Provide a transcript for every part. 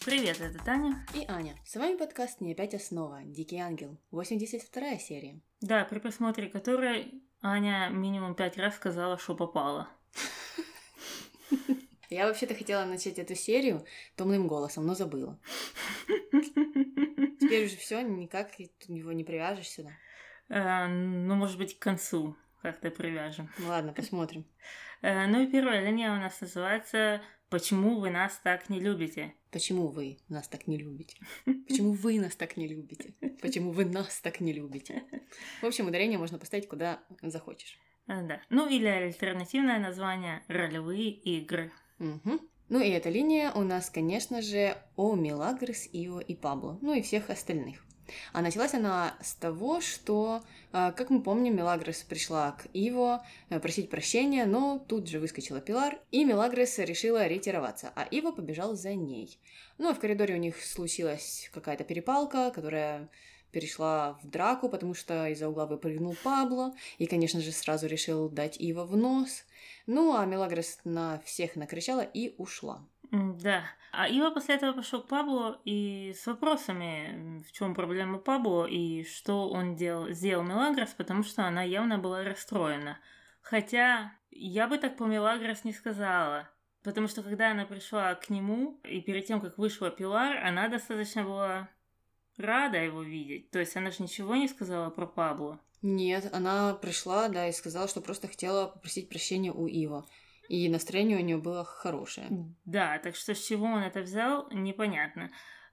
Привет, это Таня. И Аня. С вами подкаст «Не опять основа. Дикий ангел». 82-я серия. Да, при просмотре которой Аня минимум 5 раз сказала, что попала. Я вообще-то хотела начать эту серию томным голосом, но забыла. Теперь уже все, никак его не привяжешь сюда. Ну, может быть, к концу как-то привяжем. Ладно, посмотрим. Ну и первая линия у нас называется «Почему вы нас так не любите?» Почему вы нас так не любите? Почему вы нас так не любите? Почему вы нас так не любите? В общем, ударение можно поставить куда захочешь. Да. Ну или альтернативное название «Ролевые игры». Угу. Ну и эта линия у нас, конечно же, о Милагрос, Иво и Пабло, ну и всех остальных. А началась она с того, что, как мы помним, Милагрос пришла к Иво просить прощения, но тут же выскочила Пилар, и Милагрос решила ретироваться, а Иво побежал за ней. Ну а в коридоре у них случилась какая-то перепалка, которая перешла в драку, потому что из-за угла выпрыгнул Пабло, и, конечно же, сразу решил дать Иво в нос. Ну а Милагрос на всех накричала и ушла. Да. А Ива после этого пошел к Пабло и с вопросами, в чем проблема Пабло и что он сделал Милагрос, потому что она явно была расстроена. Хотя я бы так по Милагрос не сказала. Потому что когда она пришла к нему, и перед тем, как вышла Пилар, она достаточно была рада его видеть. То есть она же ничего не сказала про Пабло. Нет, она пришла, да, и сказала, что просто хотела попросить прощения у Иво. И настроение у нее было хорошее. Да, так что с чего он это взял, непонятно.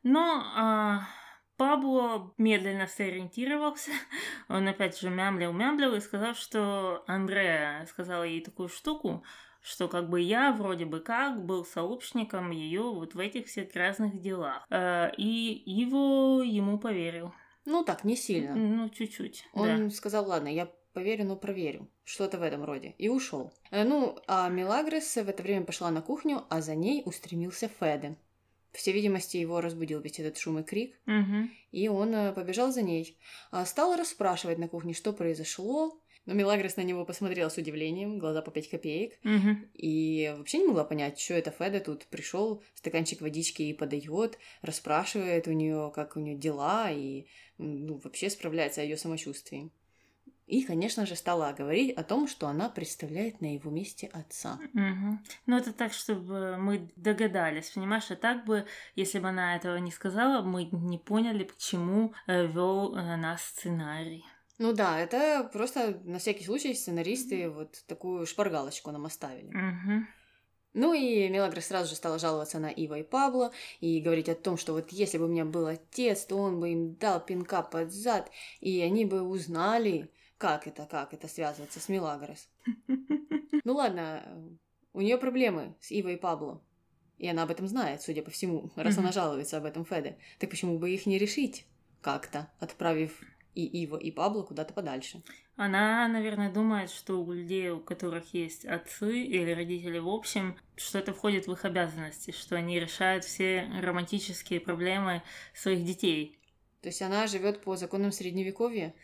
Но Пабло медленно сориентировался. Он опять же мямлил и сказал, что Андреа сказала ей такую штуку, что как бы я вроде бы как был сообщником ее вот в этих всех разных делах. И Иво ему поверил. Ну так, не сильно. Ну, чуть-чуть. Он сказал, ладно, я поверю, но проверю. Что-то в этом роде. И ушел. Ну, а Милагрос в это время пошла на кухню, а за ней устремился Феде. По всей видимости, его разбудил весь этот шум и крик. Угу. И он побежал за ней. Стал расспрашивать на кухне, что произошло. Но Милагрос на него посмотрела с удивлением, глаза по 5 копеек. Угу. И вообще не могла понять, что это Феде тут пришел, стаканчик водички ей подает, расспрашивает у нее, как у нее дела, и вообще справляется о ее самочувствии. И, конечно же, стала говорить о том, что она представляет на его месте отца. Угу. Ну, это так, чтобы мы догадались, понимаешь? А так бы, если бы она этого не сказала, мы не поняли, почему вел нас сценарий. Ну да, это просто на всякий случай сценаристы вот такую шпаргалочку нам оставили. Угу. Ну и Милагрос сразу же стала жаловаться на Иво и Пабло и говорить о том, что вот если бы у меня был отец, то он бы им дал пинка под зад, и они бы узнали, как это связывается с Милагрос. Ну ладно, у нее проблемы с Иво и Пабло, и она об этом знает, судя по всему, раз она жалуется об этом Феде. Так почему бы их не решить как-то, отправив и Иво, и Пабло куда-то подальше? Она, наверное, думает, что у людей, у которых есть отцы или родители в общем, что это входит в их обязанности, что они решают все романтические проблемы своих детей. То есть она живет по законам Средневековья?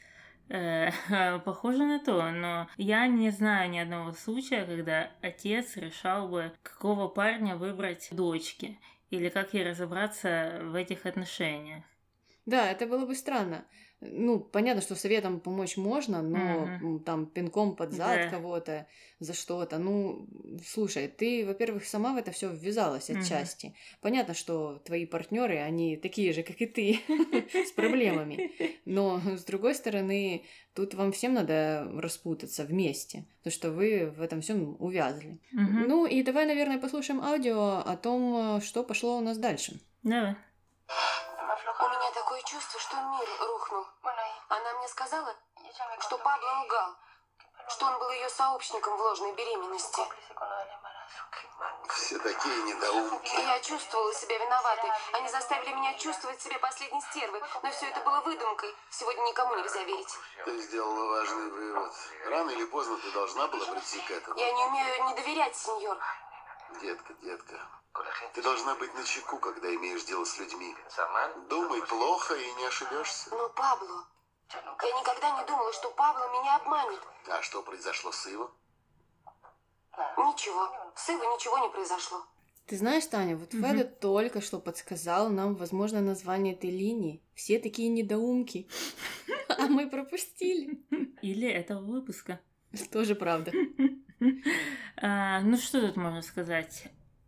Похоже на то, но я не знаю ни одного случая, когда отец решал бы, какого парня выбрать дочке, или как ей разобраться в этих отношениях. Да, это было бы странно. Ну, понятно, что советом помочь можно, но там пинком под зад кого-то за что-то. Ну, слушай, ты, во-первых, сама в это все ввязалась отчасти. Понятно, что твои партнеры, они такие же, как и ты, с проблемами. Но, с другой стороны, тут вам всем надо распутаться вместе, потому что вы в этом всем увязли. Ну, и давай, наверное, послушаем аудио о том, что пошло у нас дальше. Давай. У меня такое чувство, что мир рухнул. Она мне сказала, что Пабло лгал, что он был ее сообщником в ложной беременности. Все такие недоумки. Я чувствовала себя виноватой. Они заставили меня чувствовать себя последней стервой, но все это было выдумкой. Сегодня никому нельзя верить. Ты сделала важный вывод. Рано или поздно ты должна была прийти к этому. Я не умею не доверять, сеньор. Детка, ты должна быть начеку, когда имеешь дело с людьми. Думай плохо и не ошибешься. Но Пабло... Я никогда не думала, что Пабло меня обманет. А что произошло с Иво? Ничего. С Иво ничего не произошло. Ты знаешь, Таня, вот Феда только что подсказал нам, возможно, название этой линии. Все такие недоумки. А мы пропустили. Или этого выпуска. Тоже правда. Ну, что тут можно сказать?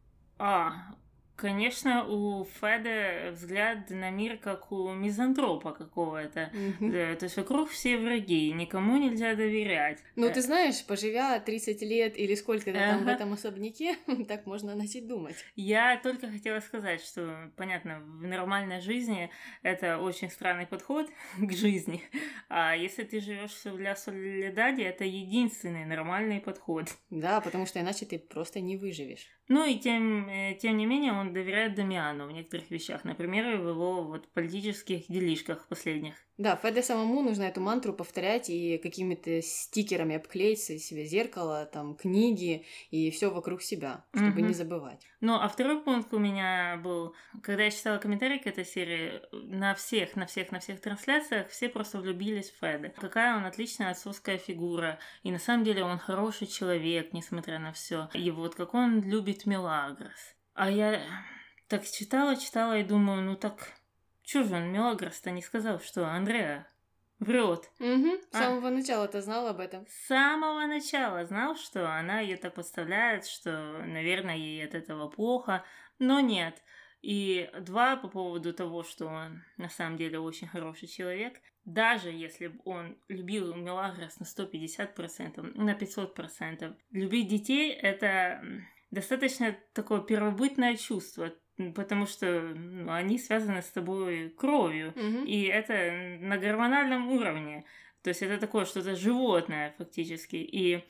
Конечно, у Феды взгляд на мир как у мизантропа какого-то. То есть вокруг все враги, никому нельзя доверять. Ну, ты знаешь, поживя 30 лет или сколько-то там в этом особняке, так можно начать думать. Я только хотела сказать, что, понятно, в нормальной жизни это очень странный подход к жизни. А если ты живешь в Ля Соледаде, это единственный нормальный подход. Да, потому что иначе ты просто не выживешь. Ну и тем не менее он доверяет Дамиану в некоторых вещах, например, в его вот политических делишках последних. Да, Феде самому нужно эту мантру повторять и какими-то стикерами обклеить себе зеркало, там, книги и все вокруг себя, чтобы не забывать. Ну, а второй пункт у меня был, когда я читала комментарии к этой серии, на всех трансляциях все просто влюбились в Феде. Какая он отличная отцовская фигура, и на самом деле он хороший человек, несмотря на все. И вот как он любит Мелагрос. А я так читала и думаю, ну так... Чё же он Мелагрос-то не сказал, что Андреа врет? С самого начала-то знал об этом. С самого начала знал, что она ее так подставляет, что, наверное, ей от этого плохо, но нет. И два, по поводу того, что он на самом деле очень хороший человек, даже если бы он любил Мелагрос на 150%, на 500%, любить детей – это достаточно такое первобытное чувство, потому что они связаны с тобой кровью, и это на гормональном уровне. То есть это такое что-то животное фактически. И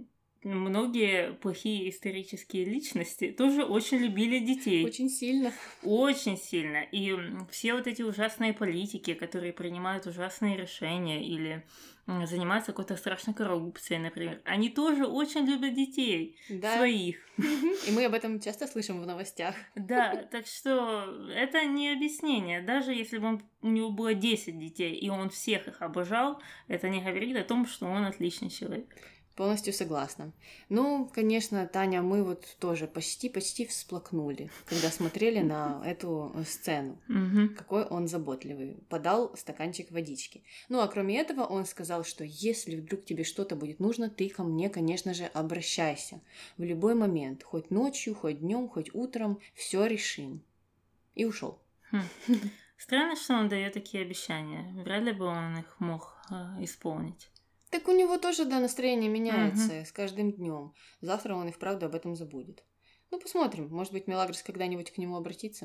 многие плохие исторические личности тоже очень любили детей. Очень сильно. Очень сильно. И все вот эти ужасные политики, которые принимают ужасные решения или занимаются какой-то страшной коррупцией, например, они тоже очень любят детей своих. И мы об этом часто слышим в новостях. Да, так что это не объяснение. Даже если бы у него было 10 детей, и он всех их обожал, это не говорит о том, что он отличный человек. Полностью согласна. Ну, конечно, Таня, мы вот тоже почти всплакнули, когда смотрели на эту сцену. Какой он заботливый. Подал стаканчик водички. Ну, а кроме этого, он сказал, что если вдруг тебе что-то будет нужно, ты ко мне, конечно же, обращайся. В любой момент. Хоть ночью, хоть днем, хоть утром. Все решим. И ушел. Странно, что он дает такие обещания. Вряд ли бы он их мог исполнить. Так у него тоже, да, настроение меняется с каждым днем. Завтра он и вправду об этом забудет. Ну, посмотрим. Может быть, Мелагрос когда-нибудь к нему обратится.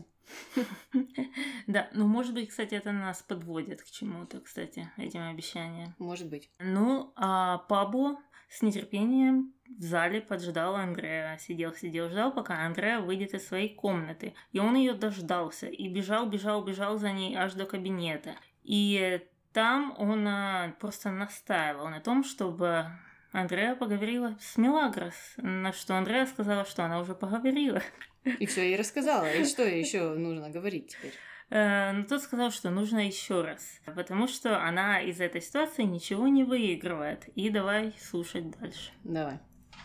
Да, ну, может быть, кстати, это нас подводит к чему-то, кстати, этим обещаниям. Может быть. Ну, а Пабло с нетерпением в зале поджидал Андреа. Сидел, ждал, пока Андреа выйдет из своей комнаты. И он ее дождался. И бежал за ней аж до кабинета. И там он просто настаивал на том, чтобы Андреа поговорила с Мелагрос, на что Андреа сказала, что она уже поговорила. И все ей рассказала. И что еще нужно говорить теперь? Но тот сказал, что нужно еще раз, потому что она из этой ситуации ничего не выигрывает. И давай слушать дальше. Давай.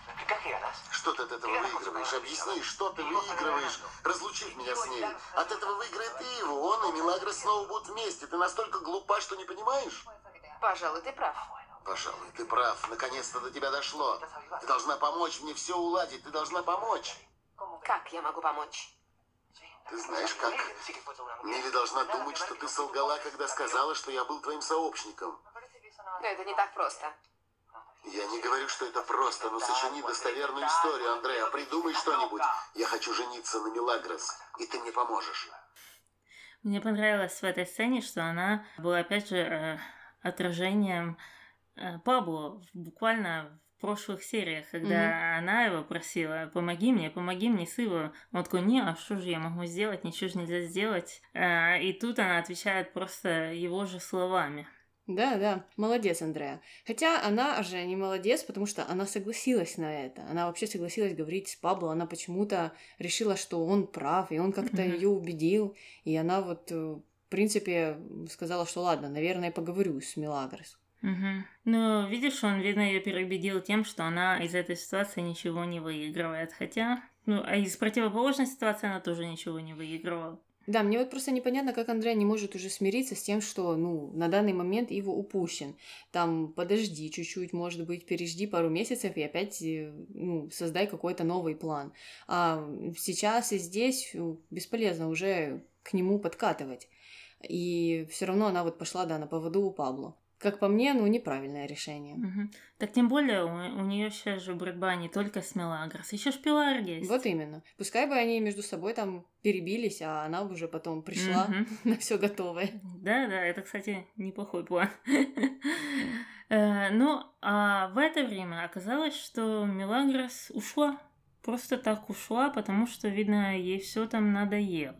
Что ты от этого выигрываешь? Объясни, что ты выигрываешь, разлучив меня с ней. От этого выиграет и его. Он и Мелагрос снова будут вместе. Ты настолько глупа, что не понимаешь? Пожалуй, ты прав. Пожалуй, ты прав. Наконец-то до тебя дошло. Ты должна помочь мне все уладить. Ты должна помочь. Как я могу помочь? Ты знаешь, как? Милли должна думать, что ты солгала, когда сказала, что я был твоим сообщником. Но это не так просто. Я не говорю, что это просто, но сочини достоверную историю, Андреа. Придумай что-нибудь. Я хочу жениться на Мелагрос, и ты мне поможешь. Мне понравилось в этой сцене, что она была, опять же, отражением Пабло буквально в прошлых сериях, когда она его просила: помоги мне с Иво. Он такой: не, а что же я могу сделать, ничего же нельзя сделать. И тут она отвечает просто его же словами. Да, молодец, Андреа. Хотя она же не молодец, потому что она согласилась на это. Она вообще согласилась говорить с Пабло. Она почему-то решила, что он прав, и он как-то ее убедил. И она вот, в принципе, сказала, что ладно, наверное, поговорю с Мелагрос. Но, видишь, он, видно, ее переубедил тем, что она из этой ситуации ничего не выигрывает. Хотя, а из противоположной ситуации она тоже ничего не выигрывала. Да, мне вот просто непонятно, как Андреа не может уже смириться с тем, что, на данный момент его упущен. Там, подожди чуть-чуть, может быть, пережди пару месяцев и опять, создай какой-то новый план. А сейчас и здесь бесполезно уже к нему подкатывать. И все равно она вот пошла, на поводу у Пабло. Как по мне, неправильное решение. Так тем более у нее сейчас же борьба не только с Мелагрос, еще ж Пилар есть. Вот именно. Пускай бы они между собой там перебились, а она уже потом пришла на все готовое. Да, это, кстати, неплохой план. А в это время оказалось, что Мелагрос ушла. Просто так ушла, потому что, видно, ей все там надоело.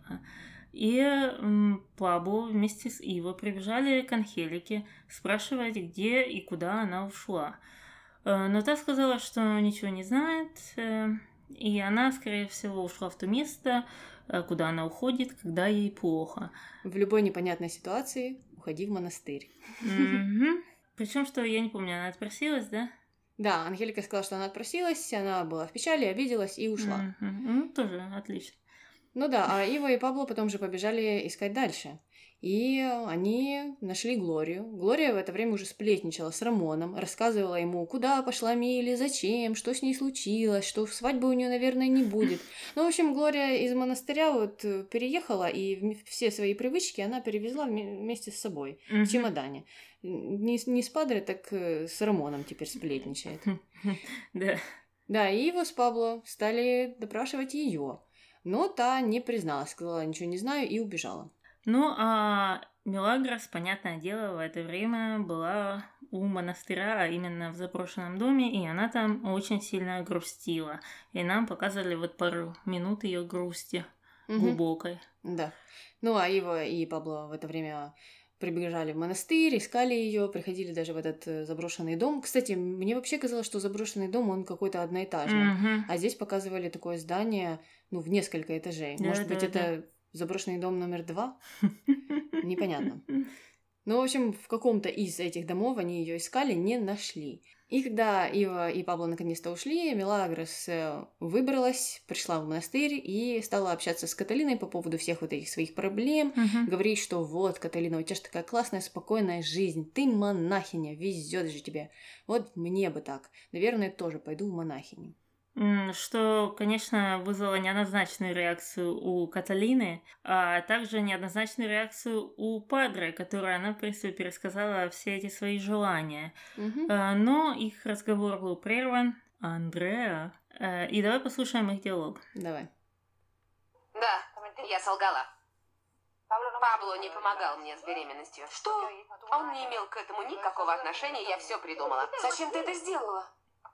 И Пабло вместе с Иво прибежали к Анхелике спрашивать, где и куда она ушла. Но та сказала, что ничего не знает, и она, скорее всего, ушла в то место, куда она уходит, когда ей плохо. В любой непонятной ситуации уходи в монастырь. Причем, что я не помню, она отпросилась, да? Да, Анхелика сказала, что она отпросилась, она была в печали, обиделась и ушла. Тоже отлично. А Иво и Пабло потом же побежали искать дальше. И они нашли Глорию. Глория в это время уже сплетничала с Рамоном, рассказывала ему, куда пошла Милли, зачем, что с ней случилось, что свадьбы у нее, наверное, не будет. В общем, Глория из монастыря переехала, и все свои привычки она перевезла вместе с собой в чемодане. Не с Падре, так с Рамоном теперь сплетничает. Да. Да, и Иво с Пабло стали допрашивать ее. Но та не призналась, сказала, ничего не знаю, и убежала. А Мелагрос, понятное дело, в это время была у монастыря, а именно в заброшенном доме, и она там очень сильно грустила. И нам показывали пару минут ее грусти глубокой. Да. А Иво и Пабло в это время прибежали в монастырь, искали ее, приходили даже в этот заброшенный дом. Кстати, мне вообще казалось, что заброшенный дом, он какой-то одноэтажный. А здесь показывали такое здание, в несколько этажей. Может быть, это заброшенный дом номер 2? Непонятно. В общем, в каком-то из этих домов они ее искали, не нашли. И когда Иво и Пабло наконец-то ушли, Мелагрос выбралась, пришла в монастырь и стала общаться с Каталиной по поводу всех этих своих проблем, говорить, что вот, Каталина, у тебя же такая классная, спокойная жизнь, ты монахиня, везет же тебе. Вот мне бы так. Наверное, тоже пойду в монахиню. Что, конечно, вызвало неоднозначную реакцию у Каталины, а также неоднозначную реакцию у Падре, которой она, в принципе, пересказала все эти свои желания. Но их разговор был прерван Андреа. И давай послушаем их диалог. Давай. Да, я солгала. Пабло не помогал мне с беременностью. Что? Он не имел к этому никакого отношения, я все придумала. Зачем ты это сделала?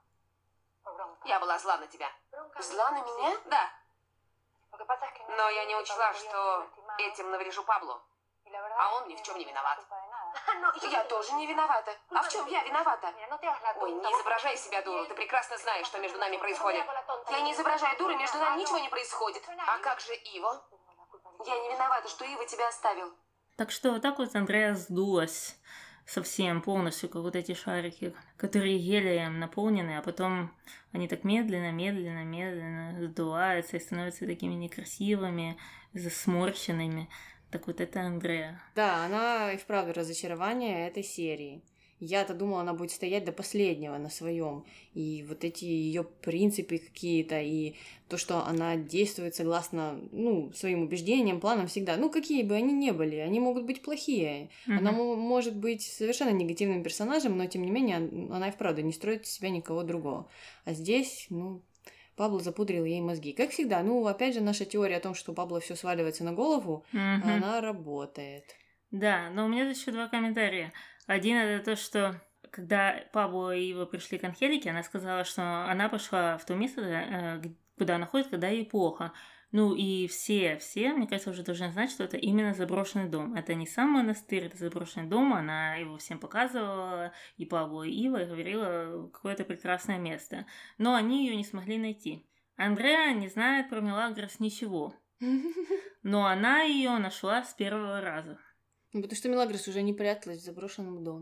Я была зла на тебя. Зла на меня? Да. Но я не учла, что этим наврежу Пабло. А он ни в чем не виноват. Я тоже не виновата. А в чем я виновата? Ой, не изображай себя дуру. Ты прекрасно знаешь, что между нами происходит. Я не изображаю дуры, между нами ничего не происходит. А как же Иво? Я не виновата, что Иво тебя оставил. Так что вот так вот Андреа сдулась совсем полностью, как вот эти шарики, которые гелием наполнены, а потом они так медленно сдуваются и становятся такими некрасивыми, засморщенными. Так вот это Андреа. Да, она и вправду разочарование этой серии. Я-то думала, она будет стоять до последнего на своем. И вот эти ее принципы какие-то, и то, что она действует согласно, своим убеждениям, планам всегда. Какие бы они ни были, они могут быть плохие. Она может быть совершенно негативным персонажем, но, тем не менее, она и вправду не строит из себя никого другого. А здесь, Пабло запудрил ей мозги. Как всегда, опять же, наша теория о том, что у Пабло все сваливается на голову, она работает. Да, но у меня здесь еще 2 комментария. Один — это то, что когда Пабло и Иво пришли к Анхелике, она сказала, что она пошла в то место, куда она ходит, когда ей плохо. И все, мне кажется, уже должны знать, что это именно заброшенный дом. Это не сам монастырь, это заброшенный дом. Она его всем показывала, и Пабло, и Иво, и говорила, какое-то прекрасное место. Но они ее не смогли найти. Андреа не знает про Мелагрос ничего. Но она ее нашла с первого раза. Потому что Мелагрос уже не пряталась в заброшенном доме.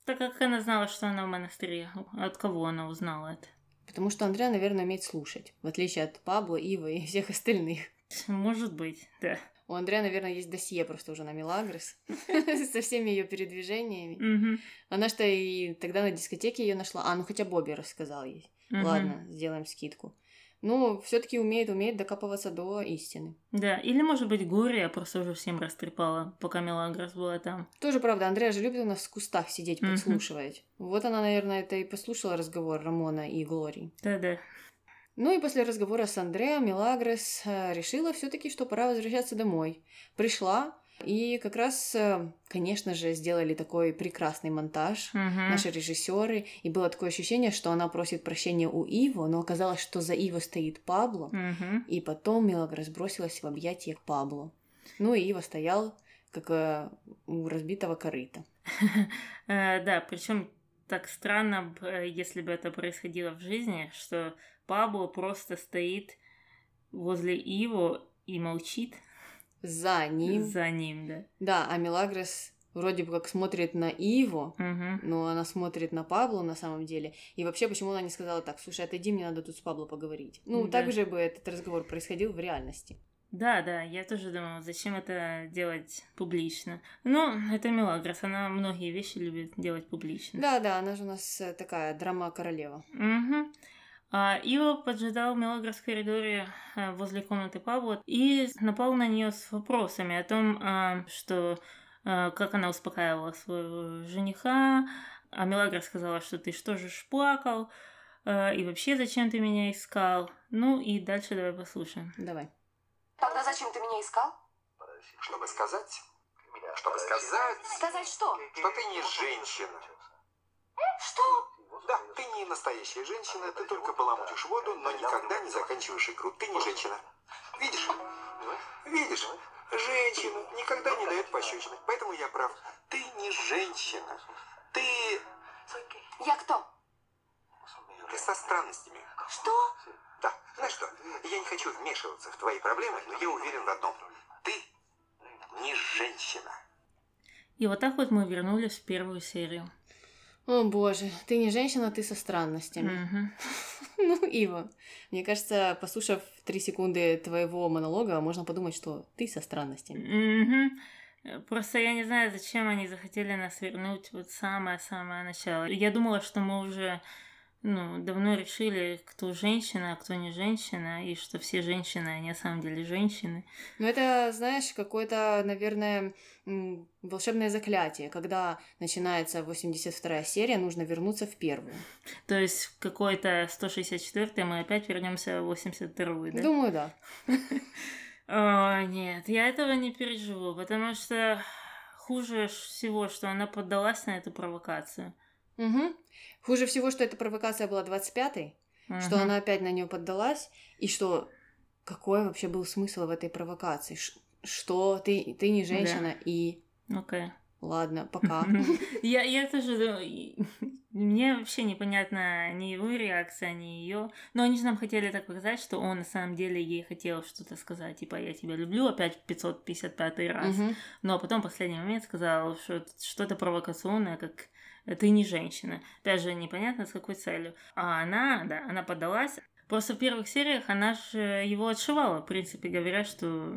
Так как она знала, что она в монастыре? От кого она узнала это? Потому что Андреа, наверное, умеет слушать, в отличие от Пабло, Ивы и всех остальных. Может быть, да. У Андреа, наверное, есть досье просто уже на Мелагрос со всеми ее передвижениями. Мгм. Она что и тогда на дискотеке ее нашла. Ну хотя Бобби рассказал ей. Мгм. Ладно, сделаем скидку. Ну, все-таки умеет докапываться до истины. Да, или, может быть, Глория просто уже всем растрепала, пока Мелагрос была там. Тоже правда, Андреа же любит у нас в кустах сидеть, Мгм. подслушивать. Вот она, наверное, это и послушала разговор Рамона и Глории. Да-да. Ну и после разговора с Андреа Мелагрос решила все-таки, что пора возвращаться домой. Пришла, и как раз, конечно же, сделали такой прекрасный монтаж Мгм. наши режиссеры, и было такое ощущение, что она просит прощения у Иво, но оказалось, что за Иво стоит Пабло, Мгм. и потом Мелагрос бросилась в объятия к Пабло. Ну и Иво стоял, как у разбитого корыта. Да, причем так странно, если бы это происходило в жизни, что Пабло просто стоит возле Иво и молчит За ним. за ним, да. Да, а Мелагрос вроде бы как смотрит на Иво, Мгм. но она смотрит на Пабло на самом деле. И вообще, почему она не сказала так: слушай, отойди, мне надо тут с Пабло поговорить. Ну, Да. так же бы этот разговор происходил в реальности. Да, я тоже думала, зачем это делать публично. Но это Мелагрос, она многие вещи любит делать публично. Да, она же у нас такая драма-королева. Угу. Ио поджидал Мелагрос в коридоре возле комнаты Пабло и напал на нее с вопросами о том, что как она успокаивала своего жениха. А Мелагрос сказала, что ты что же ж плакал, и вообще зачем ты меня искал. Ну и дальше давай послушаем. Давай. Тогда зачем ты меня искал? Чтобы сказать... Чтобы сказать... Сказать что? Что ты не женщина. Что? Да, ты не настоящая женщина, ты только баламутишь воду, но никогда не заканчиваешь игру. Ты не женщина. Видишь? Видишь? Женщина никогда не дает пощечины. Поэтому я прав. Ты не женщина. Ты Я кто? со странностями. Что? Да, знаешь что, я не хочу вмешиваться в твои проблемы, но я уверен в одном. Ты не женщина. И вот так вот мы вернулись в первую серию. О боже, ты не женщина, ты со странностями. Мгм. Ну, Ива, мне кажется, послушав 3 секунды твоего монолога, можно подумать, что ты со странностями. Мгм. Просто я не знаю, зачем они захотели нас вернуть вот самое-самое начало. Я думала, что мы уже давно решили, кто женщина, а кто не женщина, и что все женщины, они на самом деле женщины. Ну, это, знаешь, какое-то, наверное, волшебное заклятие. Когда начинается 82-я серия, нужно вернуться в первую. То есть в какой-то 164-й мы опять вернемся в 82-ю, да? Думаю, да. О, нет, я этого не переживу, потому что хуже всего, что она поддалась на эту провокацию. Угу. Хуже всего, что эта провокация была 25-й, что Мгм. она опять на нее поддалась, и что какой вообще был смысл в этой провокации? Что ты не женщина, и Окей. ладно, пока. Я тоже думаю, мне вообще непонятна ни его реакция, ни ее. Но они же нам хотели так показать, что он на самом деле ей хотел что-то сказать, типа «я тебя люблю» опять в 555 раз. Мгм. Но потом в последний момент сказал, что это что-то провокационное, как «ты не женщина». Опять же, непонятно с какой целью. А она поддалась. Просто в первых сериях она же его отшивала, в принципе, говоря, что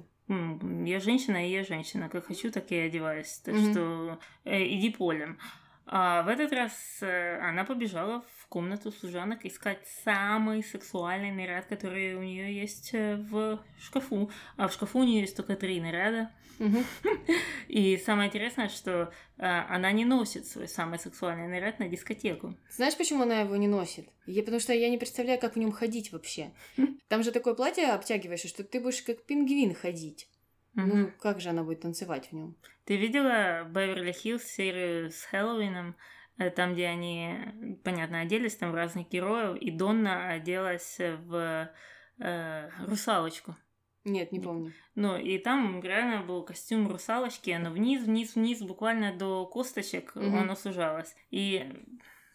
я женщина, и я женщина. Как хочу, так и одеваюсь. Так Мгм. что иди полем. А в этот раз она побежала в комнату служанок искать самый сексуальный наряд, который у нее есть в шкафу. А в шкафу у нее есть только 3 наряда. Мгм. И самое интересное, что она не носит свой самый сексуальный наряд на дискотеку. Знаешь, почему она его не носит? Потому что я не представляю, как в нем ходить вообще. Там же такое платье обтягивающее, что ты будешь как пингвин ходить. Мгм. Ну, как же она будет танцевать в нем? Ты видела Беверли-Хиллз серию с Хэллоуином? Там, где они, понятно, оделись там в разных героев, и Донна оделась в русалочку. Нет, не помню. Ну, и там реально был костюм русалочки, оно вниз, буквально до косточек Мгм. оно сужалось. И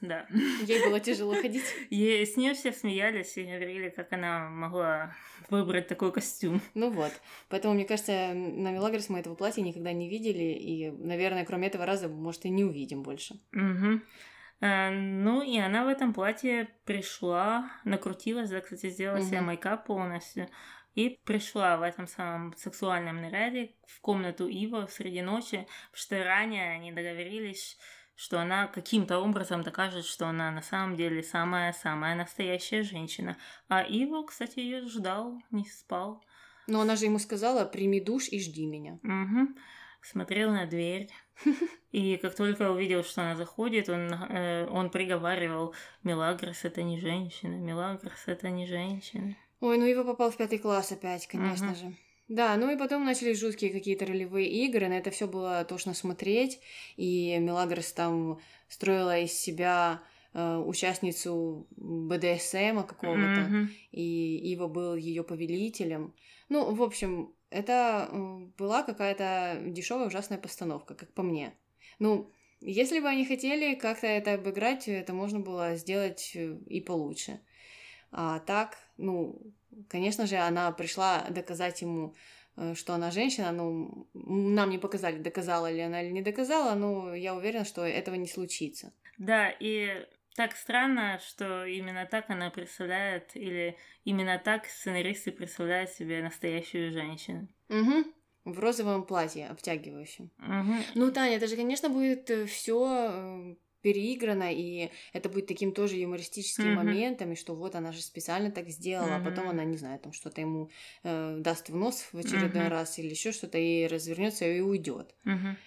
да. Ей было тяжело ходить. И с нее все смеялись и говорили, как она могла выбрать такой костюм. Ну вот. Поэтому, мне кажется, на Мелагрос мы этого платья никогда не видели. И, наверное, кроме этого раза, может, и не увидим больше. Угу. Ну, и она в этом платье пришла, накрутилась, да, кстати, сделала себе мейкап полностью. И пришла в этом самом сексуальном наряде в комнату Ива среди ночи, потому что ранее они договорились, что она каким-то образом докажет, что она на самом деле самая-самая настоящая женщина. А Ива, кстати, ее ждал, не спал. Но она же ему сказала: прими душ и жди меня. Угу. Смотрел на дверь. И как только увидел, что она заходит, он приговаривал: Мелагрос — это не женщина, Мелагрос — это не женщина. Ой, ну Ива попал в 5 класс опять, конечно же. Да, ну и потом начались жуткие какие-то ролевые игры, на это все было тошно смотреть, и Мелагрос там строила из себя участницу БДСМа какого-то, и Ива был ее повелителем. Ну, в общем, это была какая-то дешевая ужасная постановка, как по мне. Ну, если бы они хотели как-то это обыграть, это можно было сделать и получше. А так, ну, конечно же, она пришла доказать ему, что она женщина. Ну, нам не показали, доказала ли она или не доказала, но я уверена, что этого не случится. Да, и так странно, что именно так она представляет, или именно так сценаристы представляют себе настоящую женщину. Угу. В розовом платье обтягивающем. Ну, Таня, это же, конечно, будет все переиграно, и это будет таким тоже юмористическим моментом, и что вот она же специально так сделала, а потом она, не знаю, там что-то ему даст в нос в очередной раз или еще что-то, и развернется и уйдет.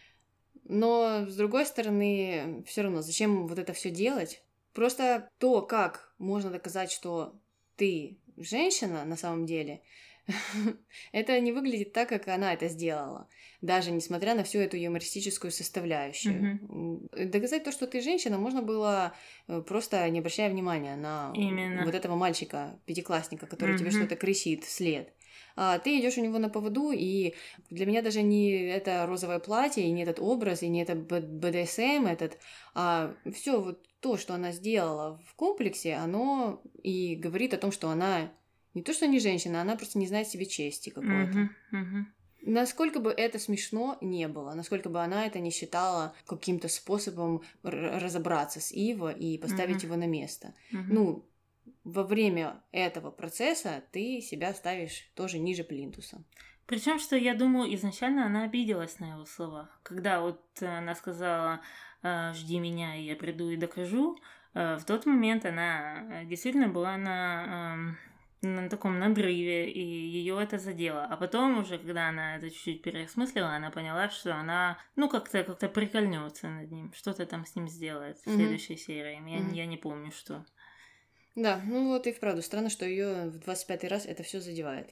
Но, с другой стороны, все равно, зачем вот это все делать? Просто то, как можно доказать, что ты женщина на самом деле, это не выглядит так, как она это сделала. Даже несмотря на всю эту юмористическую составляющую. Доказать то, что ты женщина, можно было просто не обращая внимания на вот этого мальчика, пятиклассника, который тебе что-то кричит вслед. А ты идешь у него на поводу, и для меня даже не это розовое платье, и не этот образ, и не этот БДСМ этот, а все вот то, что она сделала в комплексе, оно и говорит о том, что она не то, что не женщина, она просто не знает себе чести какой-то. Насколько бы это смешно не было, насколько бы она это не считала каким-то способом разобраться с Иво и поставить его на место. Ну, во время этого процесса ты себя ставишь тоже ниже плинтуса. Причем, что я думаю, изначально она обиделась на его слова. Когда вот она сказала: «Жди меня, и я приду и докажу», в тот момент она действительно была на таком надрыве, и ее это задело. А потом уже, когда она это чуть-чуть переосмыслила, она поняла, что она, ну, как-то прикольнется над ним, что-то там с ним сделает в следующей серии. Я не помню, что. Да, ну вот и вправду странно, что ее в 25-й раз это все задевает.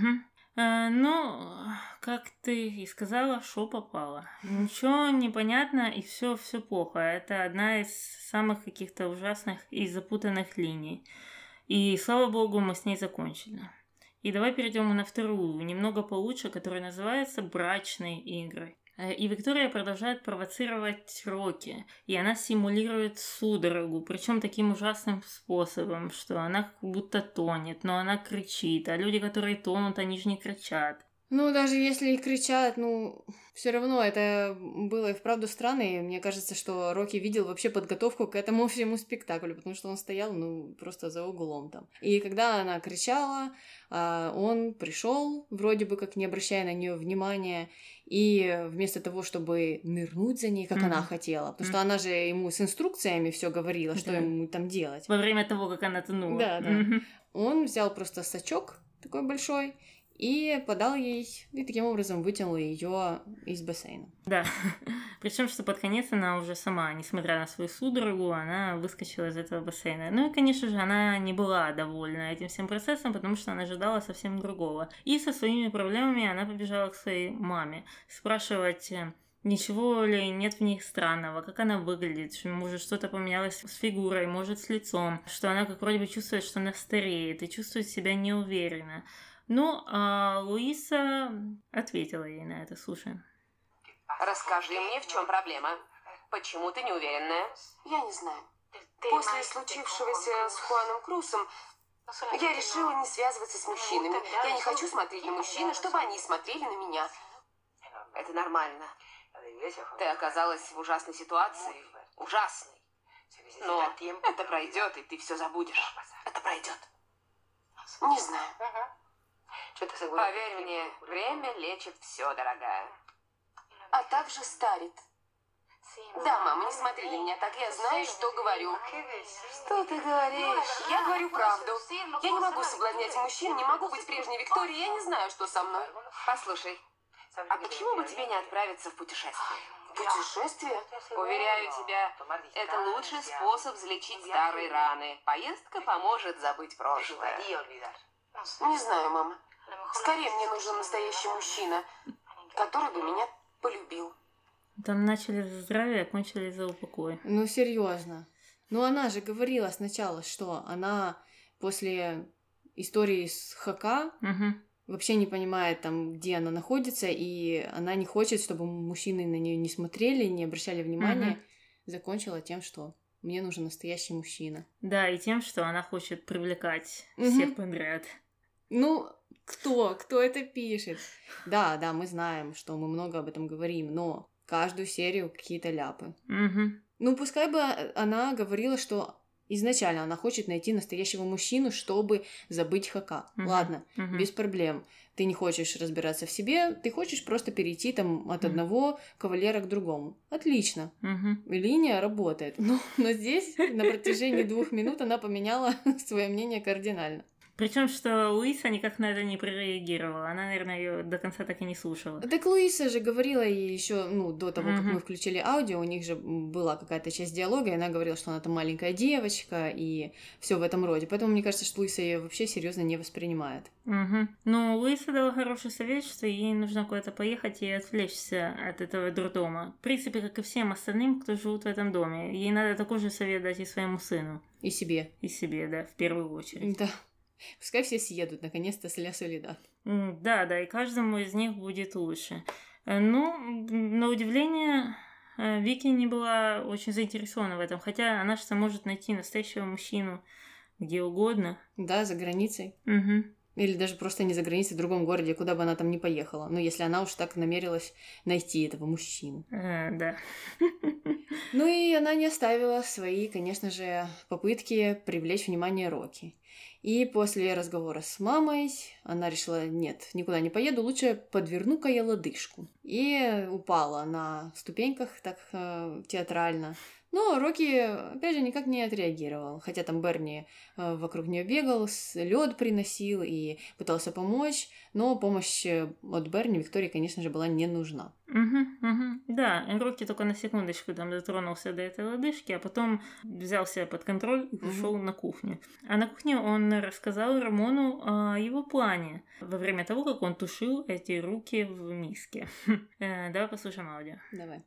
Ну, как ты и сказала, шо попало. Ничего не понятно, и все плохо. Это одна из самых каких-то ужасных и запутанных линий. И, слава богу, мы с ней закончили. И давай перейдем на вторую, немного получше, которая называется «Брачные игры». И Виктория продолжает провоцировать Рокки, и она симулирует судорогу, причем таким ужасным способом, что она как будто тонет, но она кричит, а люди, которые тонут, они же не кричат. Ну, даже если и кричат, ну, все равно это было и вправду странно, и мне кажется, что Рокки видел вообще подготовку к этому всему спектаклю, потому что он стоял, ну, просто за углом там. И когда она кричала, он пришел, вроде бы как не обращая на нее внимания, и вместо того, чтобы нырнуть за ней, как она хотела, потому что она же ему с инструкциями все говорила, что ему там делать. Во время того, как она тонула. Да. Он взял просто сачок такой большой и подал ей, и таким образом вытянул ее из бассейна. Да, причем что под конец она уже сама, несмотря на свою судорогу, она выскочила из этого бассейна. Ну и, конечно же, она не была довольна этим всем процессом, потому что она ожидала совсем другого. И со своими проблемами она побежала к своей маме спрашивать, ничего ли нет в них странного, как она выглядит, может что-то поменялось с фигурой, может с лицом, что она как вроде бы чувствует, что она стареет и чувствует себя неуверенно. Ну, а Луиса ответила ей на это, слушай. Расскажи мне, в чем проблема. Почему ты неуверенная? Я не знаю. После случившегося с Хуаном Крусом я решила не связываться с мужчинами. Я не хочу смотреть на мужчин, чтобы они смотрели на меня. Это нормально. Ты оказалась в ужасной ситуации. Ужасной. Но это пройдет, и ты все забудешь. Это пройдет. Не знаю. Поверь мне, время лечит все, дорогая. А также старит. Да, мама, не смотри на меня так, я знаю, что говорю. Что ты говоришь? Я говорю правду. Я не могу соблазнять мужчин, не могу быть прежней Викторией, я не знаю, что со мной. Послушай, а почему бы тебе не отправиться в путешествие? Путешествие? Уверяю тебя, это лучший способ залечить старые раны. Поездка поможет забыть прошлое. Не знаю, мама. Скорее мне нужен настоящий мужчина, который бы меня полюбил. Там начали за здравие, а кончили за упокой. Ну, серьезно. Ну, она же говорила сначала, что она после истории с ХК вообще не понимает, там, где она находится, и она не хочет, чтобы мужчины на нее не смотрели, не обращали внимания. Закончила тем, что мне нужен настоящий мужчина. Да, и тем, что она хочет привлекать всех подряд. Ну, кто это пишет? Да, мы знаем, что мы много об этом говорим, но каждую серию какие-то ляпы. Ну, пускай бы она говорила, что изначально она хочет найти настоящего мужчину, чтобы забыть ХК. Ладно, без проблем. Ты не хочешь разбираться в себе, ты хочешь просто перейти там от одного кавалера к другому. Отлично. Линия работает. Но здесь на протяжении 2 минут она поменяла свое мнение кардинально. Причем, что Луиса никак на это не прореагировала. Она, наверное, ее до конца так и не слушала. Так Луиса же говорила ей еще, до того, как мы включили аудио, у них же была какая-то часть диалога, и она говорила, что она там маленькая девочка, и все в этом роде. Поэтому мне кажется, что Луиса ее вообще серьезно не воспринимает. Ну, Луиса дала хороший совет, что ей нужно куда-то поехать и отвлечься от этого дурдома. В принципе, как и всем остальным, кто живут в этом доме. Ей надо такой же совет дать и своему сыну. И себе. И себе, да, в первую очередь. Да. Пускай все съедут, наконец-то, с Ля Солидад. Да, и каждому из них будет лучше. Ну, на удивление, Вики не была очень заинтересована в этом, хотя она же может найти настоящего мужчину где угодно. Да, за границей. Или даже просто не за границей, в другом городе, куда бы она там ни поехала. Ну, если она уж так намерилась найти этого мужчину. Да. Ну и она не оставила свои, конечно же, попытки привлечь внимание Рокки. И после разговора с мамой она решила, нет, никуда не поеду, лучше подверну-ка я лодыжку. И упала на ступеньках так театрально. Но Рокки, опять же, никак не отреагировал. Хотя там Берни вокруг нее бегал, лед приносил и пытался помочь. Но помощь от Берни Виктории, конечно же, была не нужна. Да, Рокки только на секундочку там дотронулся до этой лодыжки, а потом взял себя под контроль и ушел на кухню. А на кухне он рассказал Рамону о его плане во время того, как он тушил эти руки в миске. Давай послушаем аудио. Давай.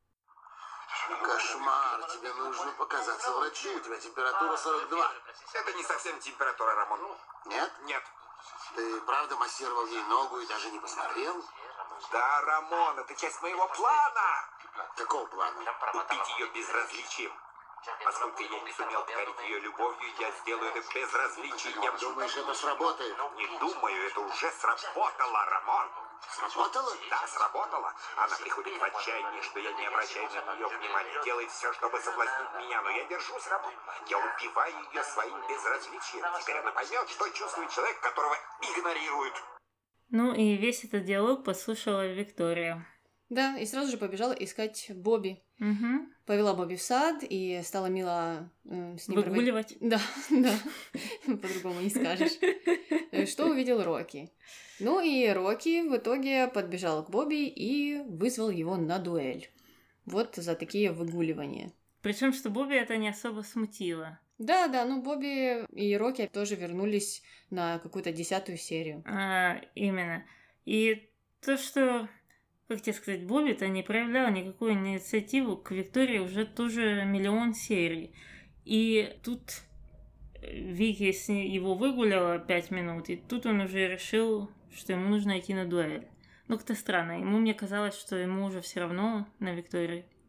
Кошмар, тебе нужно показаться врачу, у тебя температура 42. Это не совсем температура, Рамон. Нет? Нет. Ты правда массировал ей ногу и даже не посмотрел? Да, Рамон, это часть моего плана. Какого плана? Убить ее безразличием. Поскольку я не сумел покорить ее любовью, я сделаю это безразличием. Думаешь, это сработает? Не думаю, это уже сработало, Рамон. Сработало? Да, сработало. Она приходит в отчаяние, что я не обращаю на нее внимания. Делает все, чтобы соблазнить меня, но я держусь, Рамон. Я убиваю ее своим безразличием. Теперь она поймет, что чувствует человек, которого игнорируют. Ну и весь этот диалог послушала Виктория. Да, и сразу же побежала искать Бобби. Повела Бобби в сад и стала мило с ним выгуливать. Да, по-другому не скажешь. Что увидел Рокки? Ну и Рокки в итоге подбежал к Бобби и вызвал его на дуэль. Вот за такие выгуливания. Причем, что Бобби это не особо смутило. Да, ну Бобби и Рокки тоже вернулись на какую-то 10-ю серию. Именно. И то, что... Как тебе сказать, Бобби-то не проявлял никакую инициативу к Виктории уже тоже 1 000 000 серий. И тут Вики его выгуляла 5 минут, и тут он уже решил, что ему нужно идти на дуэль. Ну, как-то странно. Мне казалось, что ему уже все равно на Виктории.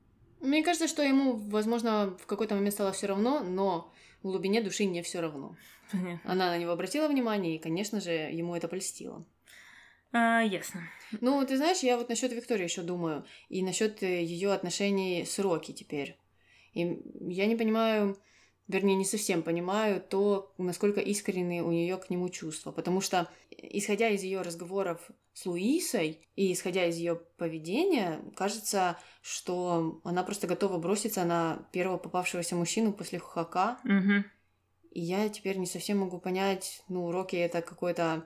Мне кажется, что ему, возможно, в какой-то момент стало все равно, но в глубине души не все равно. Понятно. Она на него обратила внимание, и, конечно же, ему это польстило. Ясно. Ну, ты знаешь, я вот насчет Виктории еще думаю, и насчет ее отношений с Рокки теперь. И я не понимаю, вернее, не совсем понимаю то, насколько искренние у нее к нему чувства. Потому что, исходя из ее разговоров с Луисой и исходя из ее поведения, кажется, что она просто готова броситься на первого попавшегося мужчину после Хака. Угу. И я теперь не совсем могу понять, ну, Рокки это какой-то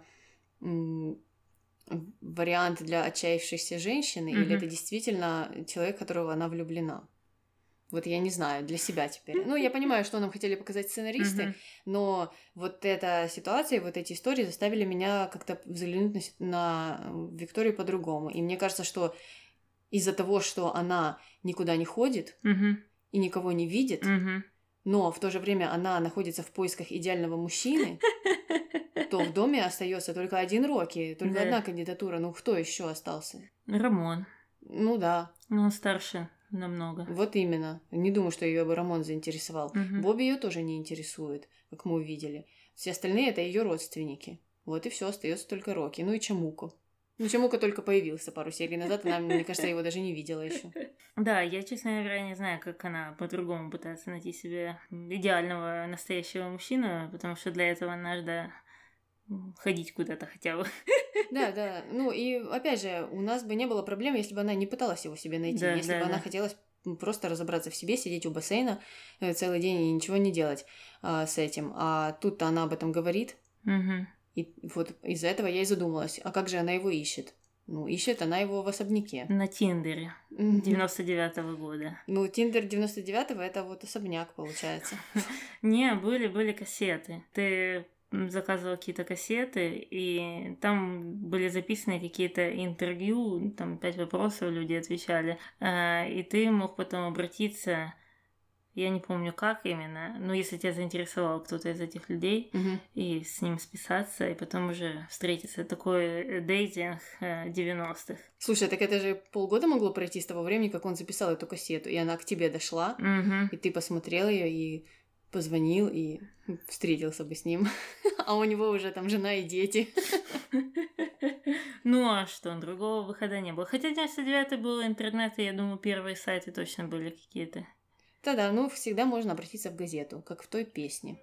вариант для отчаявшейся женщины, или это действительно человек, в которого она влюблена. Вот я не знаю, для себя теперь. Ну, я понимаю, что нам хотели показать сценаристы, но вот эта ситуация, вот эти истории заставили меня как-то взглянуть на Викторию по-другому. И мне кажется, что из-за того, что она никуда не ходит и никого не видит, но в то же время она находится в поисках идеального мужчины, то в доме остается только один Рокки, только одна кандидатура. Ну, кто еще остался? Рамон. Ну да. Ну, он старше намного. Вот именно. Не думаю, что ее бы Рамон заинтересовал. Бобби ее тоже не интересует, как мы увидели. Все остальные это ее родственники. Вот и все, остается только Рокки. Ну и Чамуко. Ну, Чамуко только появился пару серий назад, она, мне кажется, его даже не видела еще. Да, я, честно говоря, не знаю, как она по-другому пытается найти себе идеального настоящего мужчину, потому что для этого надо ходить куда-то хотя бы. Да. Ну и опять же, у нас бы не было проблем, если бы она не пыталась его себе найти. Да, если бы она хотела просто разобраться в себе, сидеть у бассейна целый день и ничего не делать с этим. А тут-то она об этом говорит. И вот из-за этого я и задумалась. А как же она его ищет? Ну, ищет она его в особняке. На Тиндере 99-го года. Ну, Тиндер 99-го это вот особняк, получается. Не, были кассеты. Ты заказывал какие-то кассеты, и там были записаны какие-то интервью, там 5 вопросов люди отвечали, и ты мог потом обратиться, я не помню как именно, но если тебя заинтересовал кто-то из этих людей, и с ним списаться, и потом уже встретиться. Такой дейтинг 90-х. Слушай, так это же полгода могло пройти с того времени, как он записал эту кассету, и она к тебе дошла, и ты посмотрел ее и позвонил и встретился бы с ним. А у него уже там жена и дети. Ну а что, другого выхода не было. Хотя 99-й был интернет, и я думаю, первые сайты точно были какие-то. Да, ну всегда можно обратиться в газету, как в той песне.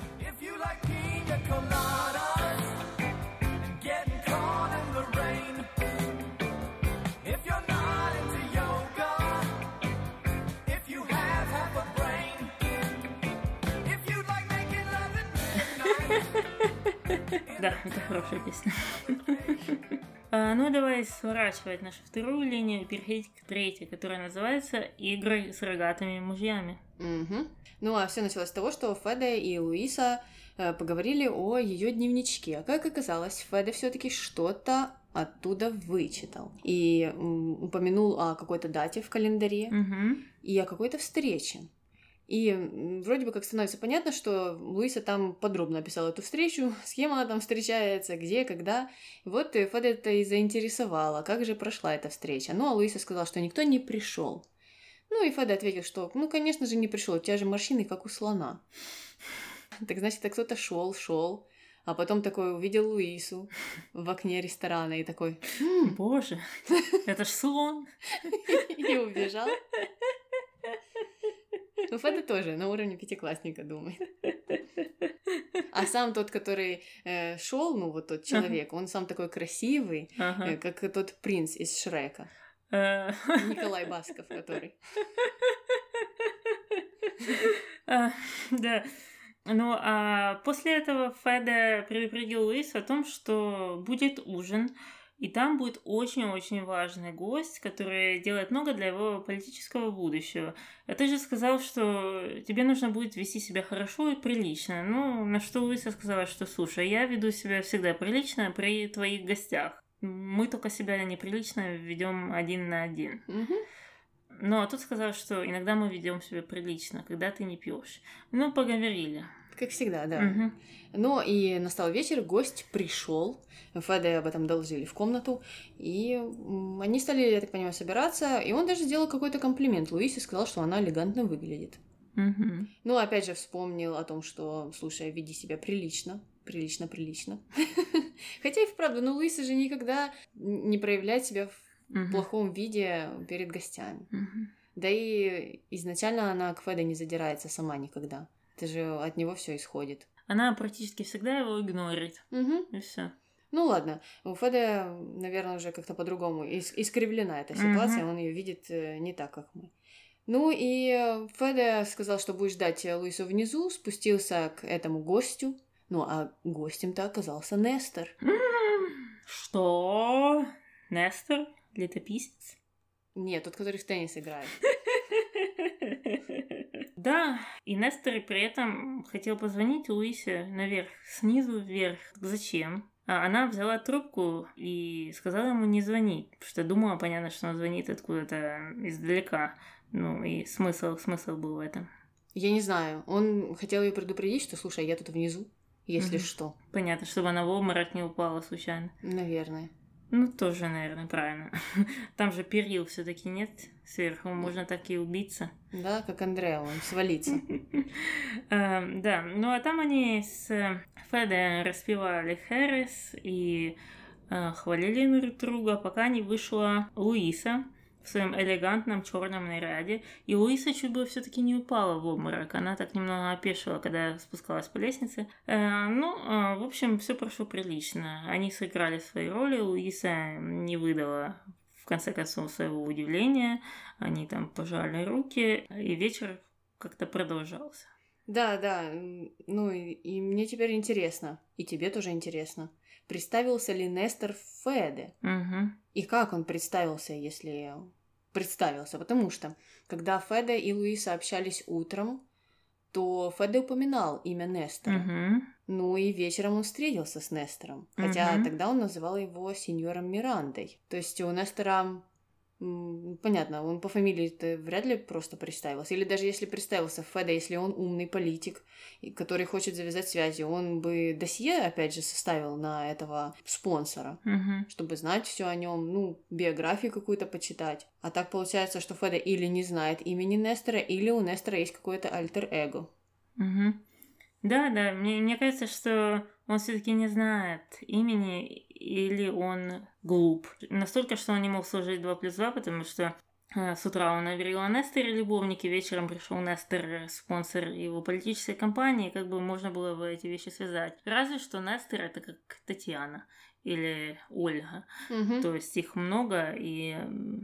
Да, это хорошая песня. Ну, давай сворачивать нашу вторую линию и переходить к третьей, которая называется «Игры с рогатыми мужьями». Ну, а все началось с того, что Феде и Луиса поговорили о ее дневничке. А как оказалось, Феде все-таки что-то оттуда вычитал. И упомянул о какой-то дате в календаре и о какой-то встрече. И вроде бы как становится понятно, что Луиса там подробно описала эту встречу, с кем она там встречается, где, когда. И вот Феде это и заинтересовало, как же прошла эта встреча. Ну, а Луиса сказала, что никто не пришел. Ну, и Феде ответил, что, ну, конечно же, не пришел, у тебя же морщины, как у слона. Так значит, кто-то шел, а потом такой увидел Луису в окне ресторана и такой... Боже, это ж слон! И убежал. Ну, Феде тоже на уровне пятиклассника думает. А сам тот, который шел, ну, вот тот человек, он сам такой красивый, как тот принц из Шрека. Николай Басков, который. Да. Ну, а после этого Феде предупредил Луису о том, что будет ужин, и там будет очень-очень важный гость, который делает много для его политического будущего. А ты же сказал, что тебе нужно будет вести себя хорошо и прилично. Ну, на что Луиса сказала, что, слушай, я веду себя всегда прилично при твоих гостях. Мы только себя неприлично ведем 1 на 1. Ну, а тут сказал, что иногда мы ведем себя прилично, когда ты не пьешь. Ну, поговорили. Как всегда, да. Мгм. Но и настал вечер, гость пришел. Феде об этом доложили в комнату. И они стали, я так понимаю, собираться. И он даже сделал какой-то комплимент Луисе, сказал, что она элегантно выглядит. Мгм. Ну, опять же, вспомнил о том, что, слушай, веди себя прилично. Прилично. Хотя и вправду, но Луиса же никогда не проявляет себя в Мгм. плохом виде перед гостями. Мгм. Да и изначально она к Феде не задирается сама никогда. Это же от него все исходит. Она практически всегда его игнорит. Угу. И все. Ну ладно, у Феде, наверное, уже как-то по-другому искривлена эта ситуация, он ее видит не так, как мы. Ну и Феде сказал, что будет ждать Луису внизу, спустился к этому гостю. Ну а гостем-то оказался Нестор. Что? Нестор? Летописец? Нет, тот, который в теннис играет. Да, и Нестор при этом хотел позвонить Луисе наверх, снизу вверх. Зачем? А она взяла трубку и сказала ему не звонить, потому что думала, понятно, что он звонит откуда-то издалека. Ну и смысл был в этом. Я не знаю, он хотел ее предупредить, что, слушай, я тут внизу, если Мгм. что. Понятно, чтобы она в обморок не упала случайно. Наверное. Ну, тоже, наверное, правильно. Там же перил все-таки нет сверху, можно так и убиться. Да, как Андреа, он свалится. Да, ну а там они с Феде распевали Хэрис и хвалили друг друга, пока не вышла Луиса в своем элегантном черном наряде. И Луиса чуть было все-таки не упала в обморок. Она так немного опешила, когда спускалась по лестнице. В общем, все прошло прилично. Они сыграли свои роли. Луиса не выдала, в конце концов, своего удивления. Они там пожали руки, и вечер как-то продолжался. Да, ну и мне теперь интересно, и тебе тоже интересно, представился ли Нестор Феде? Угу. И как он представился, если представился? Потому что, когда Феде и Луиса общались утром, то Феде упоминал имя Нестора. Угу. Ну и вечером он встретился с Нестором. Хотя Мгм. тогда он называл его сеньором Мирандой. То есть у Нестора... Понятно, он по фамилии-то вряд ли просто представился. Или даже если представился Феде, если он умный политик, который хочет завязать связи, он бы досье, опять же, составил на этого спонсора, Угу. чтобы знать все о нем, ну, биографию какую-то почитать. А так получается, что Феде или не знает имени Нестора, или у Нестора есть какое-то альтер-эго. Угу. Да, мне кажется, что он все-таки не знает имени, или он глуп. Настолько, что он не мог сложить 2 + 2, потому что с утра он говорил о Несторе любовнике, вечером пришел Нестор, спонсор его политической кампании, как бы можно было бы эти вещи связать. Разве что Нестор это как Татьяна или Ольга. Мгм. То есть их много, и